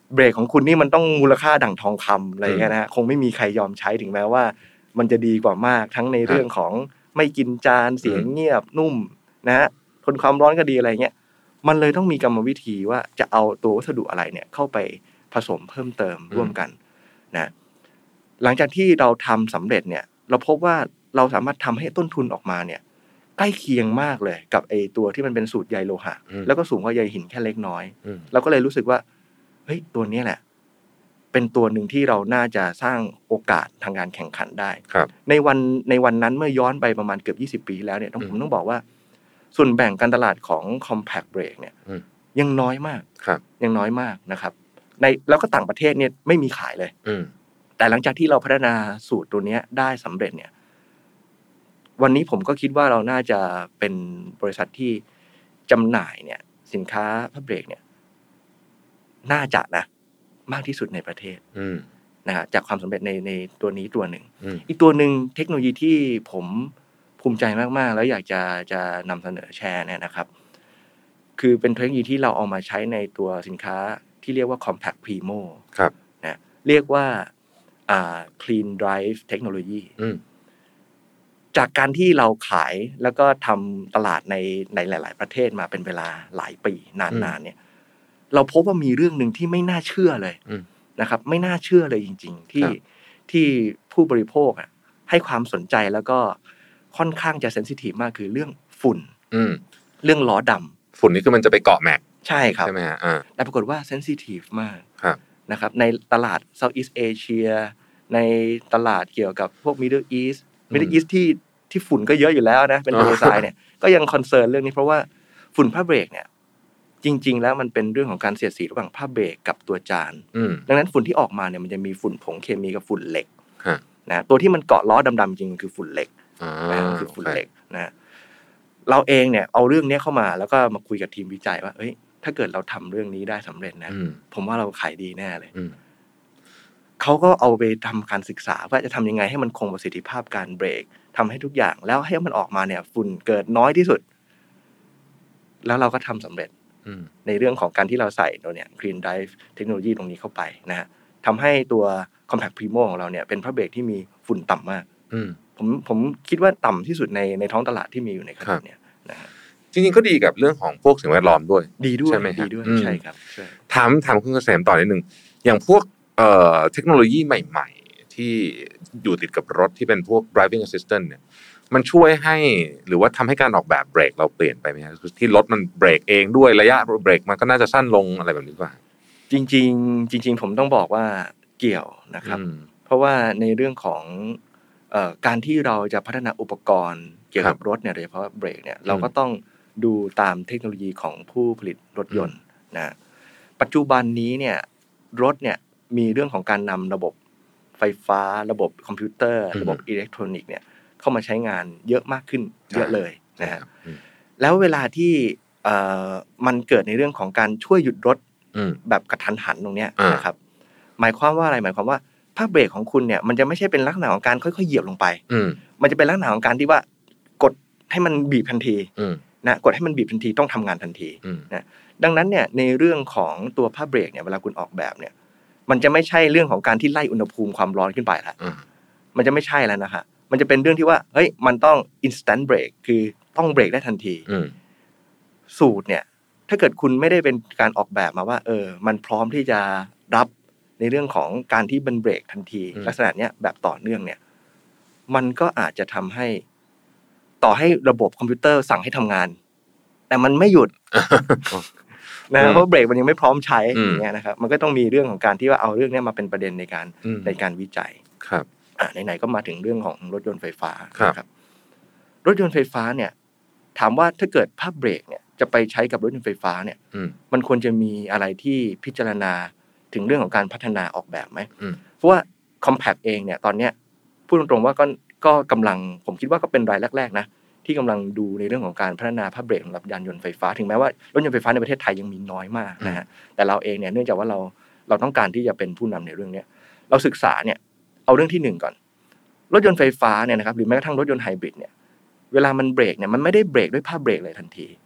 Speaker 3: เบรกของคุณนี่มันต้องมูลค่าดั่งทองคำอะไรเงี้ยนะคงไม่มีใครยอมใช้ถึงแม้ว่ามันจะดีกว่ามากทั้งในเรื่องของไม่กินจานเสียงเงียบนุ่มนะฮะทนความร้อนก็ดีอะไรเงี้ยมันเลยต้องมีกรรมวิธีว่าจะเอาตัววัสดุอะไรเนี่ยเข้าไปผสมเพิ่มเติมร่วมกันนะหลังจากที่เราทำสำเร็จเนี่ยเราพบว่าเราสามารถทำให้ต้นทุนออกมาเนี่ยใกล้เคียงมากเลยกับไอตัวที่มันเป็นสูตรใยโลหะแล้วก็สูงกว่าใยหินแค่เล็กน้อยเราก็เลยรู้สึกว่าเฮ้ยตัวนี้แหละเป็นตัวหนึ่งที่เราน่าจะสร้างโอกาสทางการแข่งขันได้ในวันในวันนั้นเมื่อย้อนไปประมาณเกือบยี่สิบปีแล้วเนี่ยผมต้องบอกว่าส่วนแบ่งการตลาดของ compact brake เนี่ยยังน้อยมากยังน้อยมากนะครับในแล้วก็ต่างประเทศเนี่ยไม่มีขายเลยแต่หลังจากที่เราพัฒนาสูตรตัวนี้ได้สำเร็จเนี่ยวันนี้ผมก็คิดว่าเราน่าจะเป็นบริษัทที่จำหน่ายเนี่ยสินค้าผ้าเบรกเนี่ยน่าจะนะมากที่สุดในประเทศนะฮะจากความสำเร็จในในตัวนี้ตัวหนึ่งอีกตัวหนึ่งเทคโนโลยีที่ผมภูมิใจมากๆแล้วอยากจะจะนำเสนอแชร์เนี่ยนะครับคือเป็นเทคโนโลยีที่เราเอามาใช้ในตัวสินค้าที่เรียกว่า Compact Primo
Speaker 2: ครับ
Speaker 3: นะเรียกว่าอ่า Clean Drive Technology จากการที่เราขายแล้วก็ทำตลาดในในหลายๆประเทศมาเป็นเวลาหลายปีนานๆเนี่ยเราพบว่ามีเรื่องนึงที่ไม่น่าเชื่อเลยนะครับไม่น่าเชื่อเลยจริงๆที่ที่ผู้บริโภคอ่ะให้ความสนใจแล้วก็ค่อนข้างจะเซนซิทีฟมากคือเรื่องฝุ่นเรื่องล้อดำ
Speaker 2: ฝุ่นนี่คือมันจะไปเกาะแม็ก
Speaker 3: ใช่ครับ
Speaker 2: ใช่ไหมฮะอ่า
Speaker 3: แต่ปรากฏว่าเซนซิทีฟมาก
Speaker 2: ครับ
Speaker 3: นะครับในตลาด Southeast Asia ในตลาดเกี่ยวกับพวก Middle East Middle East ที่ที่ฝุ่นก็เยอะอยู่แล้วนะเป็นทะเลทรายเนี่ยก็ยังคอนเซิร์นเรื่องนี้เพราะว่าฝุ่นผ้าเบรกเนี่ยจริงๆแล้วมันเป็นเรื่องของการเสียดสีระหว่างผ้าเบรกกับตัวจานดังนั้นฝุ่นที่ออกมาเนี่ยมันจะมีฝุ่นผงเคมีกับฝุ่นเหล็กนะตัวที่มันเกาะล้อดำๆจริงคือฝุ่นเหล็กนะคือฝุ่นเหล็กนะเราเองเนี่ยเอาเรื่องนี้เข้ามาแล้วก็มาคุยกับทีมวิจัยว่าเอ้ยถ้าเกิดเราทำเรื่องนี้ได้สำเร็จนะผมว่าเราขายดีแน่เลยเขาก็เอาไปทำการศึกษาว่าจะทำยังไงให้มันคงประสิทธิภาพการเบรกทำให้ทุกอย่างแล้วให้มันออกมาเนี่ยฝุ่นเกิดน้อยที่สุดแล้วเราก็ทำสำเร็จในเรื่องของการที่เราใส่ตัวเนี่ย Green Drive เทคโนโลยีตรงนี้เข้าไปนะฮะทำให้ตัว Compact Primo ของเราเนี่ยเป็นผ้าเบรกที่มีฝุ่นต่ำมากผมผมคิดว่าต่ำที่สุดในในท้องตลาดที่มีอยู่ในขณะนี้นะฮะ
Speaker 2: จริงๆก็ดีกับเรื่องของพวกสิ่งแวดล้อมด้วย
Speaker 3: ดีด้วย
Speaker 2: ใช่ไหม
Speaker 3: ดีด้วยใช่ครับใช่
Speaker 2: ถามถามคุณเกษมต่อนิดนึงอย่างพวกเอ่อเทคโนโลยีใหม่ๆที่อยู่ติดกับรถที่เป็นพวก driving assistant เนี่ยมันช่วยให้หรือว่าทำให้การออกแบบเบรกเราเปลี่ยนไปไหมครับที่รถมันเบรกเองด้วยระยะเบรกมันก็น่าจะสั้นลงอะไรแบบนี้ป่ะ
Speaker 3: จริงๆจริงๆผมต้องบอกว่าเกี่ยวนะครับเพราะว่าในเรื่องของเอ่อการที่เราจะพัฒนาอุปกรณ์เกี่ยวกับรถเนี่ยโดยเฉพาะเบรกเนี่ยเราก็ต้องดูตามเทคโนโลยีของผู้ผลิตรถยนต์นะปัจจุบันนี้เนี่ยรถเนี่ยมีเรื่องของการนำระบบไฟฟ้าระบบคอมพิวเตอร์ระบบอิเล็กทรอนิกส์เนี่ยเข้ามาใช้งานเยอะมากขึ้นเยอะเลยนะฮะแล้วเวลาที่เอ่อมันเกิดในเรื่องของการช่วยหยุดรถแบบกระทันหันตรงเนี้ยนะครับหมายความว่าอะไรหมายความว่าผ้าเบรกของคุณเนี่ยมันจะไม่ใช่เป็นลักษณะของการค่อยๆเหยียบลงไปมันจะเป็นลักษณะของการที่ว่ากดให้มันบีบทันทีนะกดให้มันบีบทันทีต้องทำงานทันทีนะดังนั้นเนี่ยในเรื่องของตัวผ้าเบรกเนี่ยเวลาคุณออกแบบเนี่ยมันจะไม่ใช่เรื่องของการที่ไล่อุณหภูมิความร้อนขึ้นไปละมันจะไม่ใช่แล้วนะฮะมันจะเป็นเรื่องที่ว่าเฮ้ยมันต้อง instant break คือต้องเบรกได้ทันทีสูตรเนี่ยถ้าเกิดคุณไม่ได้เป็นการออกแบบมาว่าเออมันพร้อมที่จะรับในเรื่องของการที่มันเบรกทันทีลักษณะเนี้ยแบบต่อเนื่องเนี่ยมันก็อาจจะทำให้ต่อให้ระบบคอมพิวเตอร์สั่งให้ทำงานแต่มันไม่หยุด นะเพราะเบรกมันยังไม่พร้อมใช้อย่างเงี้ยนะครับมันก็ต้องมีเรื่องของการที่ว่าเอาเรื่องนี้มาเป็นประเด็นในการในการวิจัย
Speaker 2: ครับ
Speaker 3: อ่าไหนๆก็มาถึงเรื่องของรถยนต์ไฟฟ้าครับรถยนต์ไฟฟ้าเนี่ยถามว่าถ้าเกิดผ้าเบรกเนี่ยจะไปใช้กับรถยนต์ไฟฟ้าเนี่ยมันควรจะมีอะไรที่พิจารณาถึงเรื่องของการพัฒนาออกแบบไหมเพราะว่า Compact เองเนี่ยตอนเนี้ยพูดตรงๆว่าก็ก็กำลังผมคิดว่าก็เป็นรายแรกๆนะที่กำลังดูในเรื่องของการพัฒนาผ้าเบรกสำหรับยานยนต์ไฟฟ้าถึงแม้ว่ารถยนต์ไฟฟ้าในประเทศไทยยังมีน้อยมากนะฮะแต่เราเองเนี่ยเนื่องจากว่าเราเราต้องการที่จะเป็นผู้นำในเรื่องนี้เราศึกษาเนี่ยเอาเรื่องที่หนึ่งก่อนรถยนต์ไฟฟ้าเนี่ยนะครับหรือแม้กระทั่งรถยนต์ไฮบริดเนี่ยเวลามันเบรกเนี่ยมันไม่ได้เบรกด้วยผ้าเบรกเลยทันที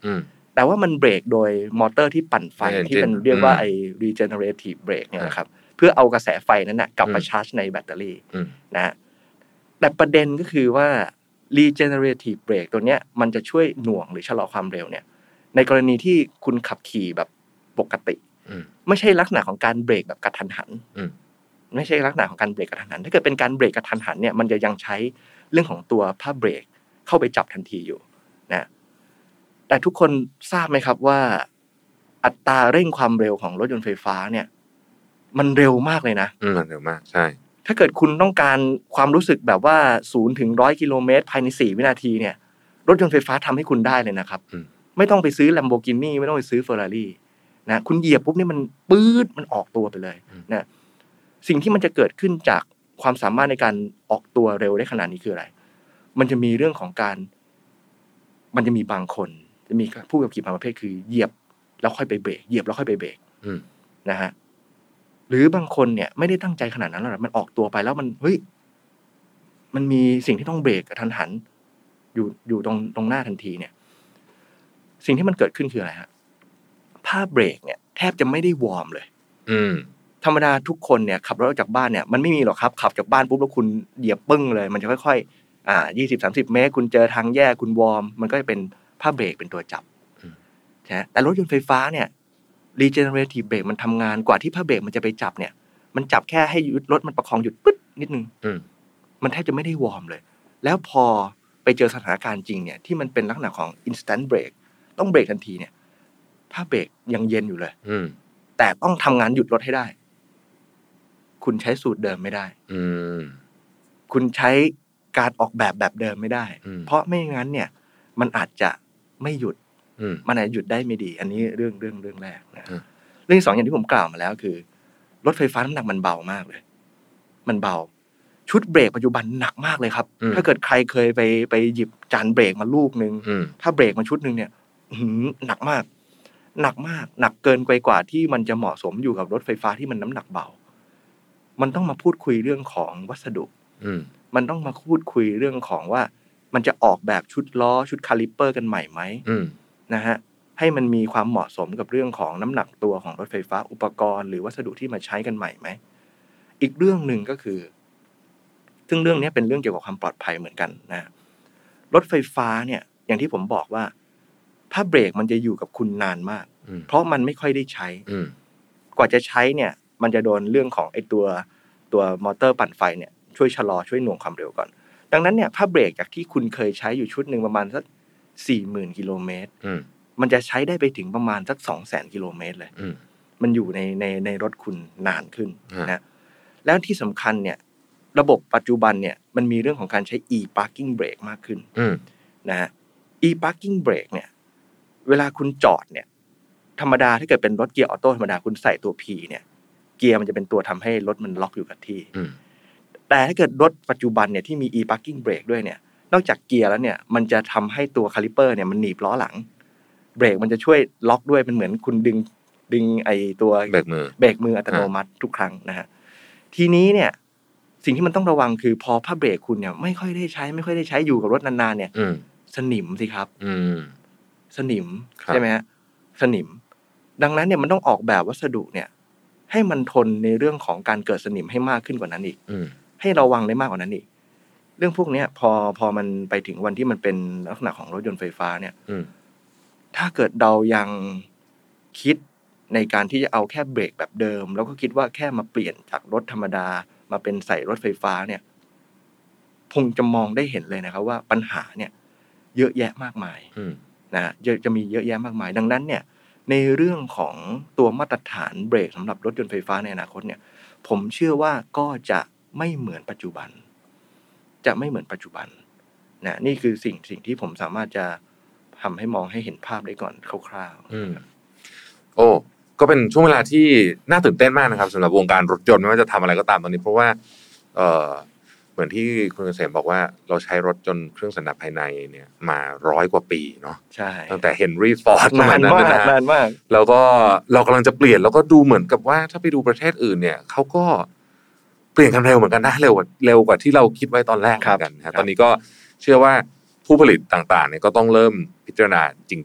Speaker 3: แต่ว่ามันเบรกโดยมอเตอร์ที่ปั่นไฟที่เป็นเรียกว่าไอ้ regenerative brake เนี่ยนะครับเพื่อเอากระแสไฟนั้นน่ะกลับมาชาร์จในแบตเตอรี่นะแต่ประเด็นก็คือว่า regenerative brake ตัวเนี้ยมันจะช่วยหน่วงหรือชะลอความเร็วเนี่ยในกรณีที่คุณขับขี่แบบปกติไม่ใช่ลักษณะของการเบรกแบบกระทันหันไม่ใช่ลักษณะของการเบรกกระทันหันถ้าเกิดเป็นการเบรกกระทันหันเนี่ยมันจะยังใช้เรื่องของตัวผ้าเบรกเข้าไปจับทันทีอยู่นะแต่ทุกคนทราบไหมครับว่าอัตราเร่งความเร็วของรถยนต์ไฟฟ้าเนี่ยมันเร็วมากเลยนะ
Speaker 2: อืมมันเร็วมากใช่
Speaker 3: ถ้าเกิดคุณต้องการความรู้สึกแบบว่าศูนย์ถึงร้อยกิโลเมตรภายในสี่วินาทีเนี่ยรถยนต์ไฟฟ้าทำให้คุณได้เลยนะครับไม่ต้องไปซื้อ Lamborghini ไม่ต้องไปซื้อ Ferrari นะคุณเหยียบปุ๊บนี่มันปื๊ดมันออกตัวไปเลยนะสิ่งที่มันจะเกิดขึ้นจากความสามารถในการออกตัวเร็วได้ขนาดนี้คืออะไรมันจะมีเรื่องของการมันจะมีบางคนจะมีผู้ขับขี่บางประเภทคือเหยียบแล้วค่อยไปเบรกเหยียบแล้วค่อยไปเบรกนะฮะหรือบางคนเนี่ยไม่ได้ตั้งใจขนาดนั้นหรอกมันออกตัวไปแล้วมันเฮ้ยมันมีสิ่งที่ต้องเบรกกระทันหันอยู่อยู่ตรงตรงหน้าทันทีเนี่ยสิ่งที่มันเกิดขึ้นคืออะไรฮะผ้าเบรกเนี่ยแทบจะไม่ได้วอร์มเลย
Speaker 2: อืม
Speaker 3: ธรรมดาทุกคนเนี่ยขับรถออกจากบ้านเนี่ยมันไม่มีหรอกครับขับจากบ้านปุ๊บแล้วคุณเหยียบปึ้งเลยมันจะค่อยๆอ่า ยี่สิบถึงสามสิบ เมตรคุณเจอทางแยกคุณวอร์มมันก็จะเป็นผ้าเบรกเป็นตัวจับใช่แต่รถยนต์ไฟฟ้าเนี่ย regenerative brake มันทำงานกว่าที่ผ้าเบรกมันจะไปจับเนี่ยมันจับแค่ให้รถมันประคองหยุดปึ๊ดนิดนึงมันแทบจะไม่ได้วอร์มเลยแล้วพอไปเจอสถานการณ์จริงเนี่ยที่มันเป็นลักษณะของ instant brake ต้องเบรกทันทีเนี่ยผ้าเบรกยังเย็นอยู่เลยแต่ต้องทำงานหยุดรถให้ได้คุณใช้สูตรเดิมไม่ได้คุณใช้การออกแบบแบบเดิมไม่ได้เพราะไม่งั้นเนี่ยมันอาจจะไม่หยุดมันอาจจะหยุดได้ไม่ดีอันนี้เรื่องเรื่องเรื่องแรกนะเรื่องที่สองอย่างที่ผมกล่าวมาแล้วคือรถไฟฟ้าน้ำหนักมันเบามากเลยมันเบาชุดเบรกปัจจุบันหนักมากเลยครับถ้าเกิดใครเคยไปไปหยิบจานเบรกมาลูกนึงถ้าเบรกมาชุดนึงเนี่ยหนักมากหนักมากหนักเกินไปกว่าที่มันจะเหมาะสมอยู่กับรถไฟฟ้าที่มันน้ำหนักเบามันต้องมาพูดคุยเรื่องของวัสดุมันต้องมาพูดคุยเรื่องของว่ามันจะออกแบบชุดล้อชุดคาลิปเปอร์กันใหม่ไหมนะฮะให้มันมีความเหมาะสมกับเรื่องของน้ำหนักตัวของรถไฟฟ้าอุปกรณ์หรือวัสดุที่มาใช้กันใหม่ไหมอีกเรื่องหนึ่งก็คือซึ่งเรื่องนี้เป็นเรื่องเกี่ยวกับความปลอดภัยเหมือนกันนะรถไฟฟ้าเนี่ยอย่างที่ผมบอกว่าถ้าเบรกมันจะอยู่กับคุณนานมากเพราะมันไม่ค่อยได้ใช้กว่าจะใช้เนี่ยมันจะโดนเรื่องของไอ้ตัวตัวมอเตอร์ปั่นไฟเนี่ยช่วยชะลอช่วยหน่วงความเร็วก่อนดังนั้นเนี่ยถ้าเบรกจากที่คุณเคยใช้อยู่ชุดนึงประมาณสัก สี่หมื่น กิโลเมตรมันจะใช้ได้ไปถึงประมาณสัก สองแสน กิโลเมตรเลยมันอยู่ในในในรถคุณนานขึ้นนะแล้วที่สำคัญเนี่ยระบบปัจจุบันเนี่ยมันมีเรื่องของการใช้ e-parking brake มากขึ้นนะฮะ e-parking brake เนี่ยเวลาคุณจอดเนี่ยธรรมดาถ้าเกิดเป็นรถเกียร์ออโต้ธรรมดาคุณใส่ตัว P เนี่ยเกียร์มันจะเป็นตัวทำให้รถมันล็อกอยู่กับที่แต่ถ้าเกิดรถปัจจุบันเนี่ยที่มี e-parking brake ด้วยเนี่ยนอกจากเกียร์แล้วเนี่ยมันจะทำให้ตัวคาลิปเปอร์เนี่ยมันหนีบล้อหลังเบรกมันจะช่วยล็อกด้วยมันเหมือนคุณดึงดึงไอตัว
Speaker 2: เบรกมือ
Speaker 3: เบรกมืออัตโนมัติทุกครั้งนะฮะทีนี้เนี่ยสิ่งที่มันต้องระวังคือพอผ้าเบรกคุณเนี่ยไม่ค่อยได้ใช้ไม่ค่อยได้ใช้อยู่กับรถนานๆเนี่ยสนิมสิครับสนิมใช่ไหมฮะสนิมดังนั้นเนี่ยมันต้องออกแบบวัสดุเนี่ยให้มันทนในเรื่องของการเกิดสนิมให้มากขึ้นกว่านั้นอีกให้ระวังได้มากกว่านั้นอีกเรื่องพวกนี้พอพอมันไปถึงวันที่มันเป็นลักษณะของรถยนต์ไฟฟ้าเนี่ยถ้าเกิดเรายังคิดในการที่จะเอาแค่เบรกแบบเดิมแล้วก็คิดว่าแค่มาเปลี่ยนจากรถธรรมดามาเป็นใส่รถไฟฟ้าเนี่ยคงจะมองได้เห็นเลยนะครับว่าปัญหาเนี่ยเยอะแยะมากมายนะจะจะมีเยอะแยะมากมายดังนั้นเนี่ยในเรื่องของตัวมาตรฐานเบรกสำหรับรถยนต์ไฟฟ้าในอนาคตเนี่ยผมเชื่อว่าก็จะไม่เหมือนปัจจุบันจะไม่เหมือนปัจจุบันนะนี่คือสิ่งสิ่งที่ผมสามารถจะทำให้มองให้เห็นภาพได้ก่อนคร่าว
Speaker 2: ๆโอ้ก็เป็นช่วงเวลาที่น่าตื่นเต้นมากนะครับสำหรับวงการรถยนต์ไม่ว่าจะทำอะไรก็ตามตอนนี้เพราะว่าเอ่อเหมือนที่คุณเกษมบอกว่าเราใช้รถจนเครื่องสันดาปภายในเนี่ยมาร้อยกว่าปีเนาะ
Speaker 3: ใช่
Speaker 2: ตั้งแต่เฮนรี่ฟอร์ดประมาณนั้นนะ
Speaker 3: นานมาก
Speaker 2: แล้วก็เรากำลังจะเปลี่ยนแล้วก็ดูเหมือนกับว่าถ้าไปดูประเทศอื่นเนี่ยเขาก็เปลี่ยนกันเร็วเหมือนกันนะเร็วกว่าเร็วกว่าที่เราคิดไว้ตอนแรกเหมือนกันนะตอนนี้ก็เชื่อว่าผู้ผลิตต่างๆเนี่ยก็ต้องเริ่มพิจารณาจริงจัง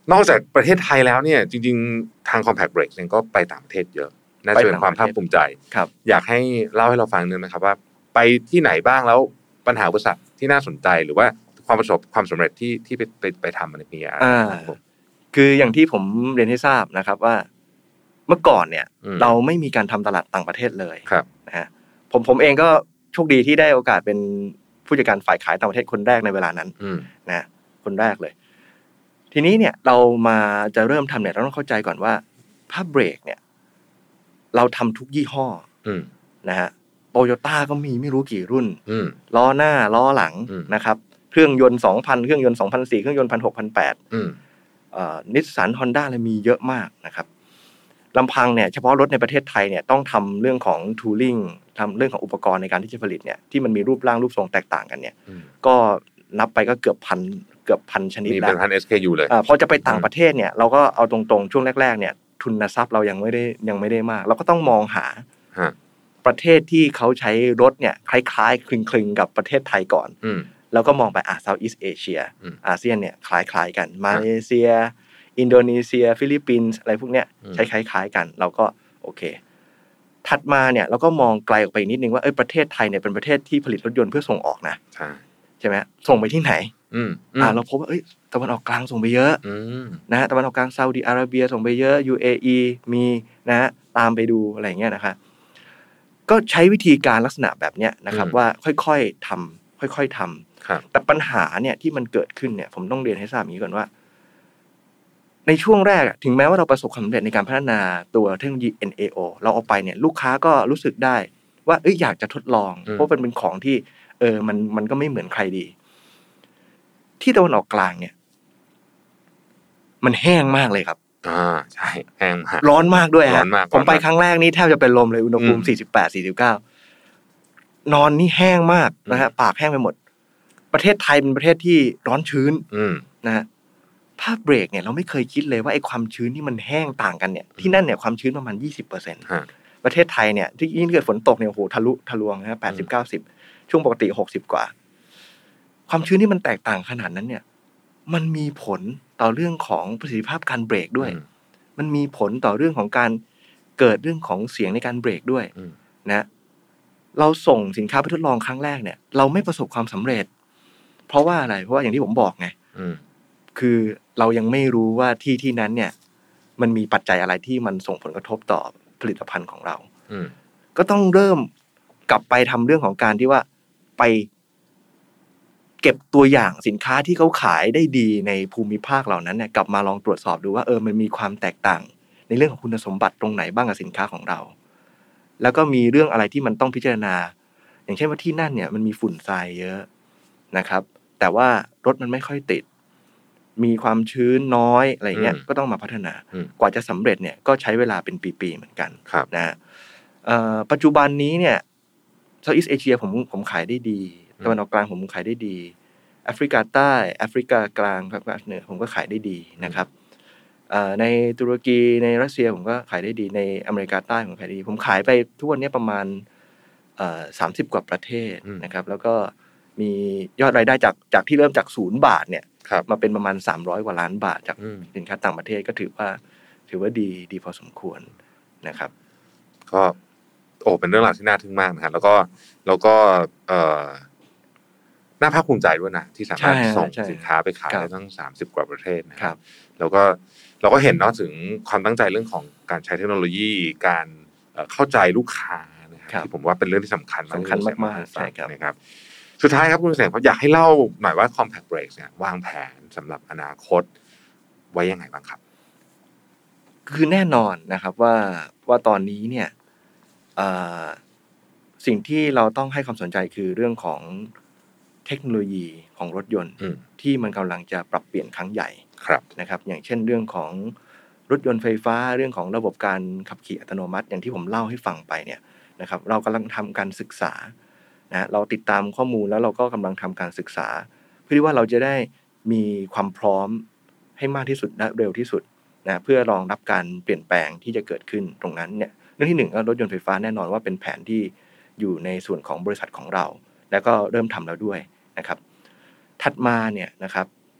Speaker 2: นอกจากประเทศไทยแล้วเนี่ยจริงๆทาง Compact Break เองก็ไปต่างประเทศเยอะน่าจะเป็นความภาคภูมิใจอยากให้เล่าให้เราฟังนึงนะครับว่าไปที่ไหนบ้างแล้วปัญหาอุปสรรคที่น่าสนใจหรือว่าความประสบความสำเร็จที่ที่ไปไปไปทำมันมีอะไร
Speaker 3: คืออย่างที่ผมเรียนให้ทราบนะครับว่าเมื่อก่อนเนี่ยเราไม่มีการทำตลาดต่างประเทศเลยนะฮะผมผมเองก็โชคดีที่ได้โอกาสเป็นผู้จัดการฝ่ายขายต่างประเทศคนแรกในเวลานั้นนะคนแรกเลยทีนี้เนี่ยเรามาจะเริ่มทำเนี่ยเราต้องเข้าใจก่อนว่าผ้าเบรกเนี่ยเราทำทุกยี่ห้อนะฮะโตโยต้าก็มีไม่รู้กี่รุ่นล้อหน้าล้อหลังนะครับเครื่องยนต์ สองพัน เครื่องยนต์ สองพันสี่ร้อย เครื่องยนต์ หนึ่งพันหกพันแปดร้อย เอ่อนิสสัน Honda อะไรมีเยอะมากนะครับลำพังเนี่ยเฉพาะรถในประเทศไทยเนี่ยต้องทำเรื่องของ tooling ทำเรื่องของอุปกรณ์ในการที่จะผลิตเนี่ยที่มันมีรูปร่างรูปทรงแตกต่างกันเนี่ยก็นับไปก็เกือบพันเกือบพันชนิดแล้วมี
Speaker 2: เป็นพัน เอส เค ยู เลย
Speaker 3: อ่าพอจะไปต่างประเทศเนี่ยเราก็เอาตรงๆช่วงแรกๆเนี่ยทุนทรัพย์เรายังไม่ได้ยังไม่ได้มากเราก็ต้องมองหาประเทศที่เขาใช้รถเนี่ยคล้ายๆคลึงๆกับประเทศไทยก่อนแล้วก็มองไปอ่ะ Southeast Asia อาเซียนเนี่ยคล้ายๆกันมาเลเซียอินโดนีเซียฟิลิปปินส์อะไรพวกเนี้ยใช้คล้ายๆกันเราก็โอเคถัดมาเนี่ยเราก็มองไกลออกไปนิดนึงว่าเอ้ยประเทศไทยเนี่ยเป็นประเทศที่ผลิตรถยนต์เพื่อส่งออกนะใช่ใช่ไหมส่งไปที่ไหนอ่าเราพบว่าเอ้ยตะวันออกกลางส่งไปเยอะนะฮะตะวันออกกลางซาอุดิอาระเบียส่งไปเยอะ ยู เอ อี มีนะฮะตามไปดูอะไรอย่างเงี้ยนะครับก็ใช้วิธีการลักษณะแบบเนี้ยนะครับว่าค่อยๆทำค่อยๆทำแต่ปัญหาเนี่ยที่มันเกิดขึ้นเนี่ยผมต้องเรียนให้ทราบอย่างนี้ก่อนว่าในช่วงแรกถึงแม้ว่าเราประสบความสำเร็จในการพัฒนาตัวเทคโนโลยี เอ็น เอ โอ เราเอาไปเนี่ยลูกค้าก็รู้สึกได้ว่าเอ้ยอยากจะทดลองเพราะมันเป็นของที่เออมันมันก็ไม่เหมือนใครดีที่ตะวันออกกลางเนี่ยมันแห้งมากเลยครับ
Speaker 2: อ่าใช่แห้งมาก
Speaker 3: ร้อนมากด้วยฮะผมไปครั้งแรกนี่แทบจะเป็นลมเลยอุณหภูมิสี่สิบแปด สี่สิบเก้านอนนี่แห้งมากนะฮะปากแห้งไปหมดประเทศไทยเป็นประเทศที่ร้อนชื้นนะฮะผ้าเบรกเนี่ยเราไม่เคยคิดเลยว่าไอ้ความชื้นที่มันแห้งต่างกันเนี่ยที่นั่นเนี่ยความชื้นประมาณ ยี่สิบเปอร์เซ็นต์ ประเทศไทยเนี่ยที่ยิ่งเกิดฝนตกเนี่ยโอ้โหทะลุทะลวงนะฮะแปดสิบ เก้าสิบช่วงปกติหกสิบกว่าความชื้นที่มันแตกต่างขนาดนั้นเนี่ยมันมีผลต่อเรื่องของประสิทธิภาพการเบรกด้วยมันมีผลต่อเรื่องของการเกิดเรื่องของเสียงในการเบรกด้วยนะเราส่งสินค้าไปทดลองครั้งแรกเนี่ยเราไม่ประสบความสำเร็จเพราะว่าอะไรเพราะว่าอย่างที่ผมบอกไงคือเรายังไม่รู้ว่าที่ที่นั้นเนี่ยมันมีปัจจัยอะไรที่มันส่งผลกระทบต่อผลิตภัณฑ์ของเราก็ต้องเริ่มกลับไปทำเรื่องของการที่ว่าไปเก็บตัวอย่างสินค้าที่เขาขายได้ดีในภูมิภาคเหล่านั้นเนี่ยกลับมาลองตรวจสอบดูว่าเออมันมีความแตกต่างในเรื่องของคุณสมบัติตรงไหนบ้างกับสินค้าของเราแล้วก็มีเรื่องอะไรที่มันต้องพิจารณาอย่างเช่นว่าที่นั่นเนี่ยมันมีฝุ่นทรายเยอะนะครับแต่ว่ารถมันไม่ค่อยติดมีความชื้นน้อยอะไรเงี้ยก็ต้องมาพัฒนากว่าจะสำเร็จเนี่ยก็ใช้เวลาเป็นปีๆเหมือนกันนะปัจจุบันนี้เนี่ยเซาท์อีสต์เอเชียผมผมขายได้ดีตะวันออกกลางผมขายได้ดีแอฟริกาใต้แอฟริกากลางภาคเหนือผมก็ขายได้ดีนะครับในตุรกีในรัสเซียผมก็ขายได้ดีในอเมริกาใต้ผมขายได้ดีผมขายไปทุกวันนี้ประมาณสามสิบกว่าประเทศนะครับแล้วก็มียอดรายได้จากจากที่เริ่มจากศูนย์บาทเนี่ยมาเป็นประมาณสามร้อยกว่าล้านบาทจากสินค้าต่างประเทศก็ถือว่าถือว่าดีดีพอสมควรนะครับ
Speaker 2: ก็โอ้เป็นเรื่องราวที่น่าทึ่งมากนะครับแล้วก็แล้วก็เอ่อน่าภาคภูมิใจด้วยนะที่สามารถส่งสินค้าไปขายได้ทั้งสามสิบกว่าประเทศนะครับแล้วก็เราก็เห็นเนาะถึงความตั้งใจเรื่องของการใช้เทคโนโลยีการเข้าใจลูกค้านะครับที่ผมว่าเป็นเรื่องที่สำคัญ
Speaker 3: สำคัญมากๆใช่ครับ
Speaker 2: นะครับสุดท้ายครับคุณเสกผมอยากให้เล่าหน่อยว่า Compact Break เนี่ยวางแผนสำหรับอนาคตไว้ยังไงบ้างครับ
Speaker 3: คือแน่นอนนะครับว่าว่าตอนนี้เนี่ยสิ่งที่เราต้องให้ความสนใจคือเรื่องของเทคโนโลยีของรถยนต์ที่มันกำลังจะปรับเปลี่ยนครั้งใหญ่นะครับอย่างเช่นเรื่องของรถยนต์ไฟฟ้าเรื่องของระบบการขับขี่อัตโนมัติอย่างที่ผมเล่าให้ฟังไปเนี่ยนะครับเรากำลังทำการศึกษานะเราติดตามข้อมูลแล้วเราก็กำลังทำการศึกษาเพื่อที่ว่าเราจะได้มีความพร้อมให้มากที่สุดและเร็วที่สุดนะเพื่อรองรับการเปลี่ยนแปลงที่จะเกิดขึ้นตรงนั้นเนี่ยเรื่องที่หนึ่งก็รถยนต์ไฟฟ้าแน่นอนว่าเป็นแผนที่อยู่ในส่วนของบริษัทของเราแล้วก็เริ่มทำแล้วด้วยนะครับถัดมาเนี่ยนะครับ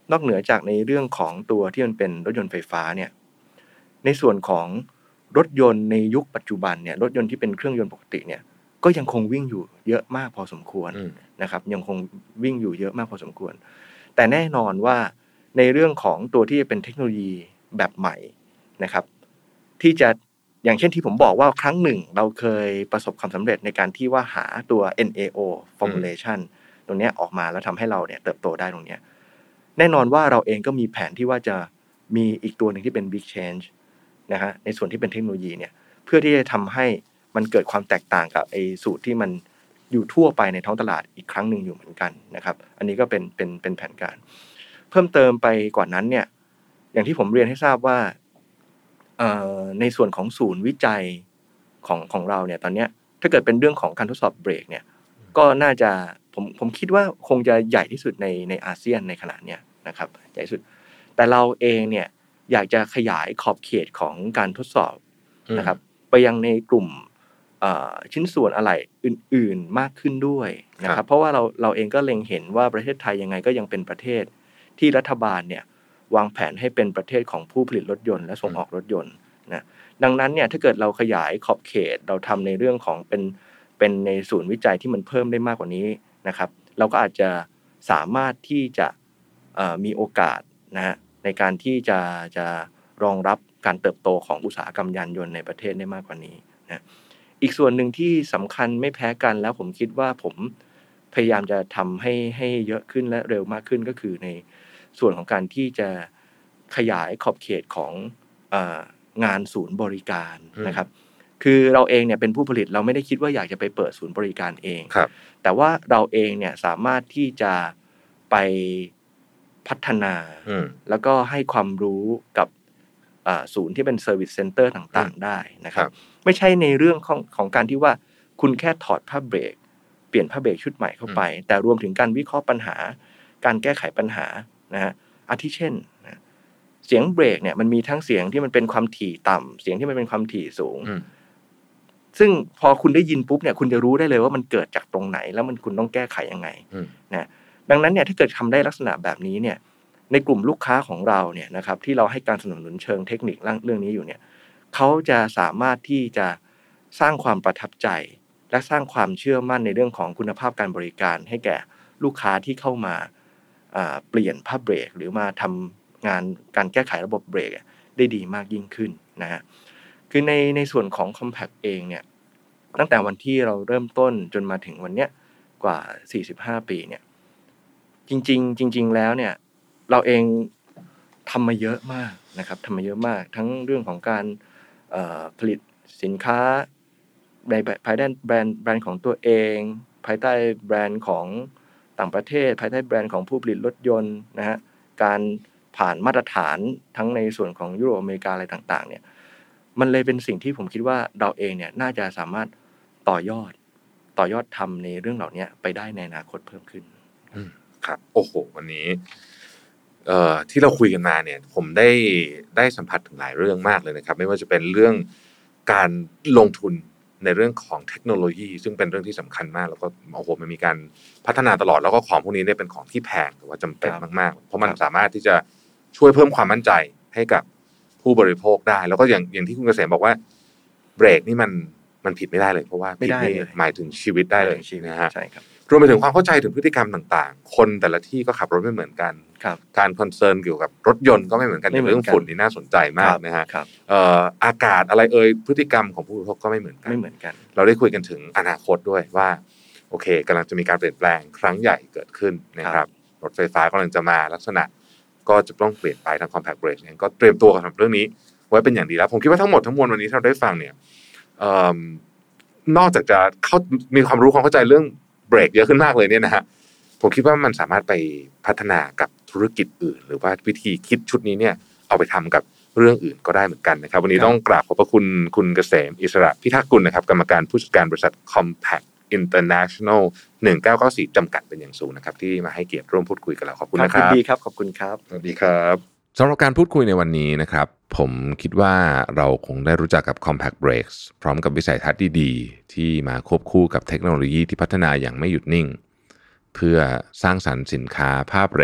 Speaker 3: นอกเหนือจากในเรื่องของตัวที่มันเป็นรถยนต์ไฟฟ้าเนี่ยในส่วนของรถยนต์ในยุคปัจจุบันเนี่ยรถยนต์ที่เป็นเครื่องยนต์ปกติเนี่ยก็ยังคงวิ่งอยู่เยอะมากพอสมควรนะครับยังคงวิ่งอยู่เยอะมากพอสมควรแต่แน่นอนว่าในเรื่องของตัวที่เป็นเทคโนโลยีแบบใหม่นะครับที่จะอย่างเช่นที่ผมบอกว่าครั้งหนึ่งเราเคยประสบความสำเร็จในการที่ว่าหาตัว เอ็น เอ โอ formulation ตรงนี้ออกมาแล้วทำให้เราเนี่ยเติบโตได้ตรงนี้แน่นอนว่าเราเองก็มีแผนที่ว่าจะมีอีกตัวหนึ่งที่เป็น big change นะฮะในส่วนที่เป็นเทคโนโลยีเนี่ยเพื่อที่จะทำให้มันเกิดความแตกต่างกับไอ้สูตรที่มันอยู่ทั่วไปในท้องตลาดอีกครั้งหนึ่งอยู่เหมือนกันนะครับอันนี้ก็เป็นเป็นเป็นแผนการเพิ่มเติมไปกว่านั้นเนี่ยอย่างที่ผมเรียนให้ทราบว่าในส่วนของศูนย์วิจัยของของเราเนี่ยตอนนี้ถ้าเกิดเป็นเรื่องของการทดสอบเบรกเนี่ยก็น่าจะผมผมคิดว่าคงจะใหญ่ที่สุดในในอาเซียนในขณะเนี้ยนะครับใหญ่ที่สุดแต่เราเองเนี่ยอยากจะขยายขอบเขตของการทดสอบนะครับไปยังในกลุ่มชิ้นส่วนอะไหล่อื่นๆมากขึ้นด้วยนะครับเพราะว่าเราเราเองก็เล็งเห็นว่าประเทศไทยยังไงก็ยังเป็นประเทศที่รัฐบาลเนี่ยวางแผนให้เป็นประเทศของผู้ผลิตรถยนต์และส่งออกรถยนต์นะดังนั้นเนี่ยถ้าเกิดเราขยายขอบเขตเราทำในเรื่องของเป็นเป็นในศูนย์วิจัยที่มันเพิ่มได้มากกว่านี้นะครับเราก็อาจจะสามารถที่จะมีโอกาสนะฮะในการที่จะจะรองรับการเติบโตของอุตสาหกรรมยานยนต์ในประเทศได้มากกว่านี้นะอีกส่วนหนึ่งที่สำคัญไม่แพ้กันแล้วผมคิดว่าผมพยายามจะทำให้ให้เยอะขึ้นและเร็วมากขึ้นก็คือในส่วนของการที่จะขยายขอบเขตของเอ่องานศูนย์บริการนะครับคือเราเองเนี่ยเป็นผู้ผลิตเราไม่ได้คิดว่าอยากจะไปเปิดศูนย์บริการเองแต่ว่าเราเองเนี่ยสามารถที่จะไปพัฒนาแล้วก็ให้ความรู้กับศูนย์ที่เป็นเซอร์วิสเซ็นเตอร์ต่างๆได้นะครับไม่ใช่ในเรื่องของของการที่ว่าคุณแค่ถอดผ้าเบรกเปลี่ยนผ้าเบรกชุดใหม่เข้าไปแต่รวมถึงการวิเคราะห์ปัญหาการแก้ไขปัญหานะฮะอาทิเช่นนะเสียงเบรกเนี่ยมันมีทั้งเสียงที่มันเป็นความถี่ต่ำเสียงที่มันเป็นความถี่สูงซึ่งพอคุณได้ยินปุ๊บเนี่ยคุณจะรู้ได้เลยว่ามันเกิดจากตรงไหนแล้วมันคุณต้องแก้ไขยังไงนะดังนั้นเนี่ยถ้าเกิดทำได้ลักษณะแบบนี้เนี่ยในกลุ่มลูกค้าของเราเนี่ยนะครับที่เราให้การสนับสนุนเชิงเทคนิคเรื่องนี้อยู่เนี่ยเขาจะสามารถที่จะสร้างความประทับใจและสร้างความเชื่อมั่นในเรื่องของคุณภาพการบริการให้แก่ลูกค้าที่เข้ามาเปลี่ยนผ้าเบรกหรือมาทำงานการแก้ไขระบบเบรกได้ดีมากยิ่งขึ้นนะฮะคือในในส่วนของ Compact เองเนี่ยตั้งแต่วันที่เราเริ่มต้นจนมาถึงวันเนี้ยกว่าสี่สิบห้าปีเนี่ยจริงๆจริงๆแล้วเนี่ยเราเองทำมาเยอะมากนะครับทำมาเยอะมากทั้งเรื่องของการผลิตสินค้าในภายใต้แบรนด์แบรนด์ของตัวเองภายใต้แบรนด์ของต่างประเทศภายใต้แบรนด์ของผู้ผลิตรถยนต์นะฮะการผ่านมาตรฐานทั้งในส่วนของยุโรปอเมริกาอะไรต่างๆเนี่ยมันเลยเป็นสิ่งที่ผมคิดว่าเราเองเนี่ยน่าจะสามารถต่อยอดต่อยอดทำในเรื่องเหล่านี้ไปได้ในอนาคตเพิ่มขึ้น
Speaker 2: ครับโอ้โหวันนี้เอ่อที่เราคุยกันมาเนี่ยผมได้ได้สัมผัสถึงหลายเรื่องมากเลยนะครับไม่ว่าจะเป็นเรื่องการลงทุนในเรื่องของเทคโนโลยีซึ่งเป็นเรื่องที่สำคัญมากแล้วก็โอ้โหมันมีการพัฒนาตลอดแล้วก็ของพวกนี้เนี่ยเป็นของที่แพงแต่ว่าจำเป็นมากๆเพราะมันสามารถที่จะช่วยเพิ่มความมั่นใจให้กับผู้บริโภคได้แล้วก็อย่างอย่างที่คุณเกษมบอกว่าเบรกนี่มันมันผิดไม่ได้เลยเพราะว่าผิดนี่หมายถึงชีวิตได้เลยนะฮะ
Speaker 3: ใช่ครับ
Speaker 2: รวมไปถึงความเข้าใจถึงพฤติกรรมต่างๆคนแต่ละที่ก็ขับรถไม่เหมือนกันการคอนเซิร์นเกี่ยวกับรถยนต์ก็ไม่เหมือนกันเรื่องฝุ่นนี่น่าสนใจมากนะฮะอากาศอะไรเอ่ยพฤติกรรมของผู้บริโภคก็ไม่เหมือนกัน
Speaker 3: ไม่เหมือนกัน
Speaker 2: เราได้คุยกันถึงอนาคตด้วยว่าโอเคกำลังจะมีการเปลี่ยนแปลงครั้งใหญ่เกิดขึ้นนะครับรถไฟฟ้ากำลังจะมาลักษณะก็จะต้องเปลี่ยนไปทาง Compact Brake เองก็เตรียมตัวกับเรื่องนี้ไว้เป็นอย่างดีแล้วผมคิดว่าทั้งหมดทั้งมวลวันนี้ที่เราได้ฟังเนี่ยนอกจากจะเข้ามีความรู้ความเข้าใจเรื่องเบรกเยอะขึ้นมากเลยเนี่ยนะฮะผมคิดว่ามันสามารถไปพัฒนากับธุรกิจอื่นหรือว่าวิธีคิดชุดนี้เนี่ยเอาไปทำกับเรื่องอื่นก็ได้เหมือนกันนะครับวันนี้ต้องกราบขอบพระคุณคุณเกษมอิสระพิทักษ์กุลนะครับกรรมการผู้จัดการบริษัท Compact International หนึ่งเก้าเก้าสี่จำกัดเป็นอย่างสูงนะครับที่มาให้เกียรติร่วมพูดคุยกับเราขอบคุณนะครับ
Speaker 3: ดีครับขอบคุณครับ
Speaker 2: สวัสดีครับสำหรับการพูดคุยในวันนี้นะครับผมคิดว่าเราคงได้รู้จักกับ Compact Brakes พร้อมกับวิสัยทัศน์ดีๆที่มาควบคู่กับเทคโนโลยีที่พัฒนาอย่างไม่หยุดนิ่งเพื่อสร้างสรรค์สินค้าผ้าเบรก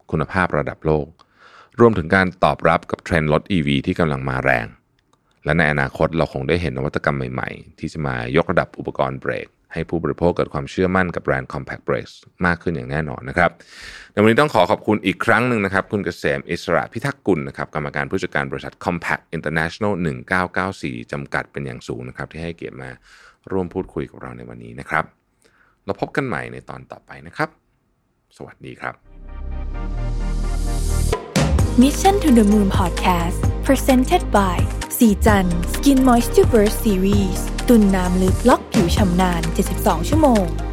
Speaker 2: คุณภาพระดับโลกรวมถึงการตอบรับกับเทรนด์รถ อี วี ที่กำลังมาแรงและในอนาคตเราคงได้เห็นนวัตกรรมใหม่ๆที่จะมายกระดับอุปกรณ์เบรกให้ผู้บริโภคเกิดความเชื่อมั่นกับแบรนด์ Compact Brakes มากขึ้นอย่างแน่นอนนะครับในวันนี้ต้องขอขอบคุณอีกครั้งหนึ่งนะครับคุณเกษมอิสระพิทักษ์กุลนะครับกรรมการผู้จัดการบริษัท Compact International หนึ่งเก้าเก้าสี่จำกัดเป็นอย่างสูงนะครับที่ให้เกียรติมาร่วมพูดคุยกับเราในวันนี้นะครับเราพบกันใหม่ในตอนต่อไปนะครับสวัสดีครับ
Speaker 1: Mission to the Moon Podcast Presented by สีจัน Skin Moisture Burst Series ตุ่นน้ำลึกล็อกผิวชำนานเจ็ดสิบสองชั่วโมง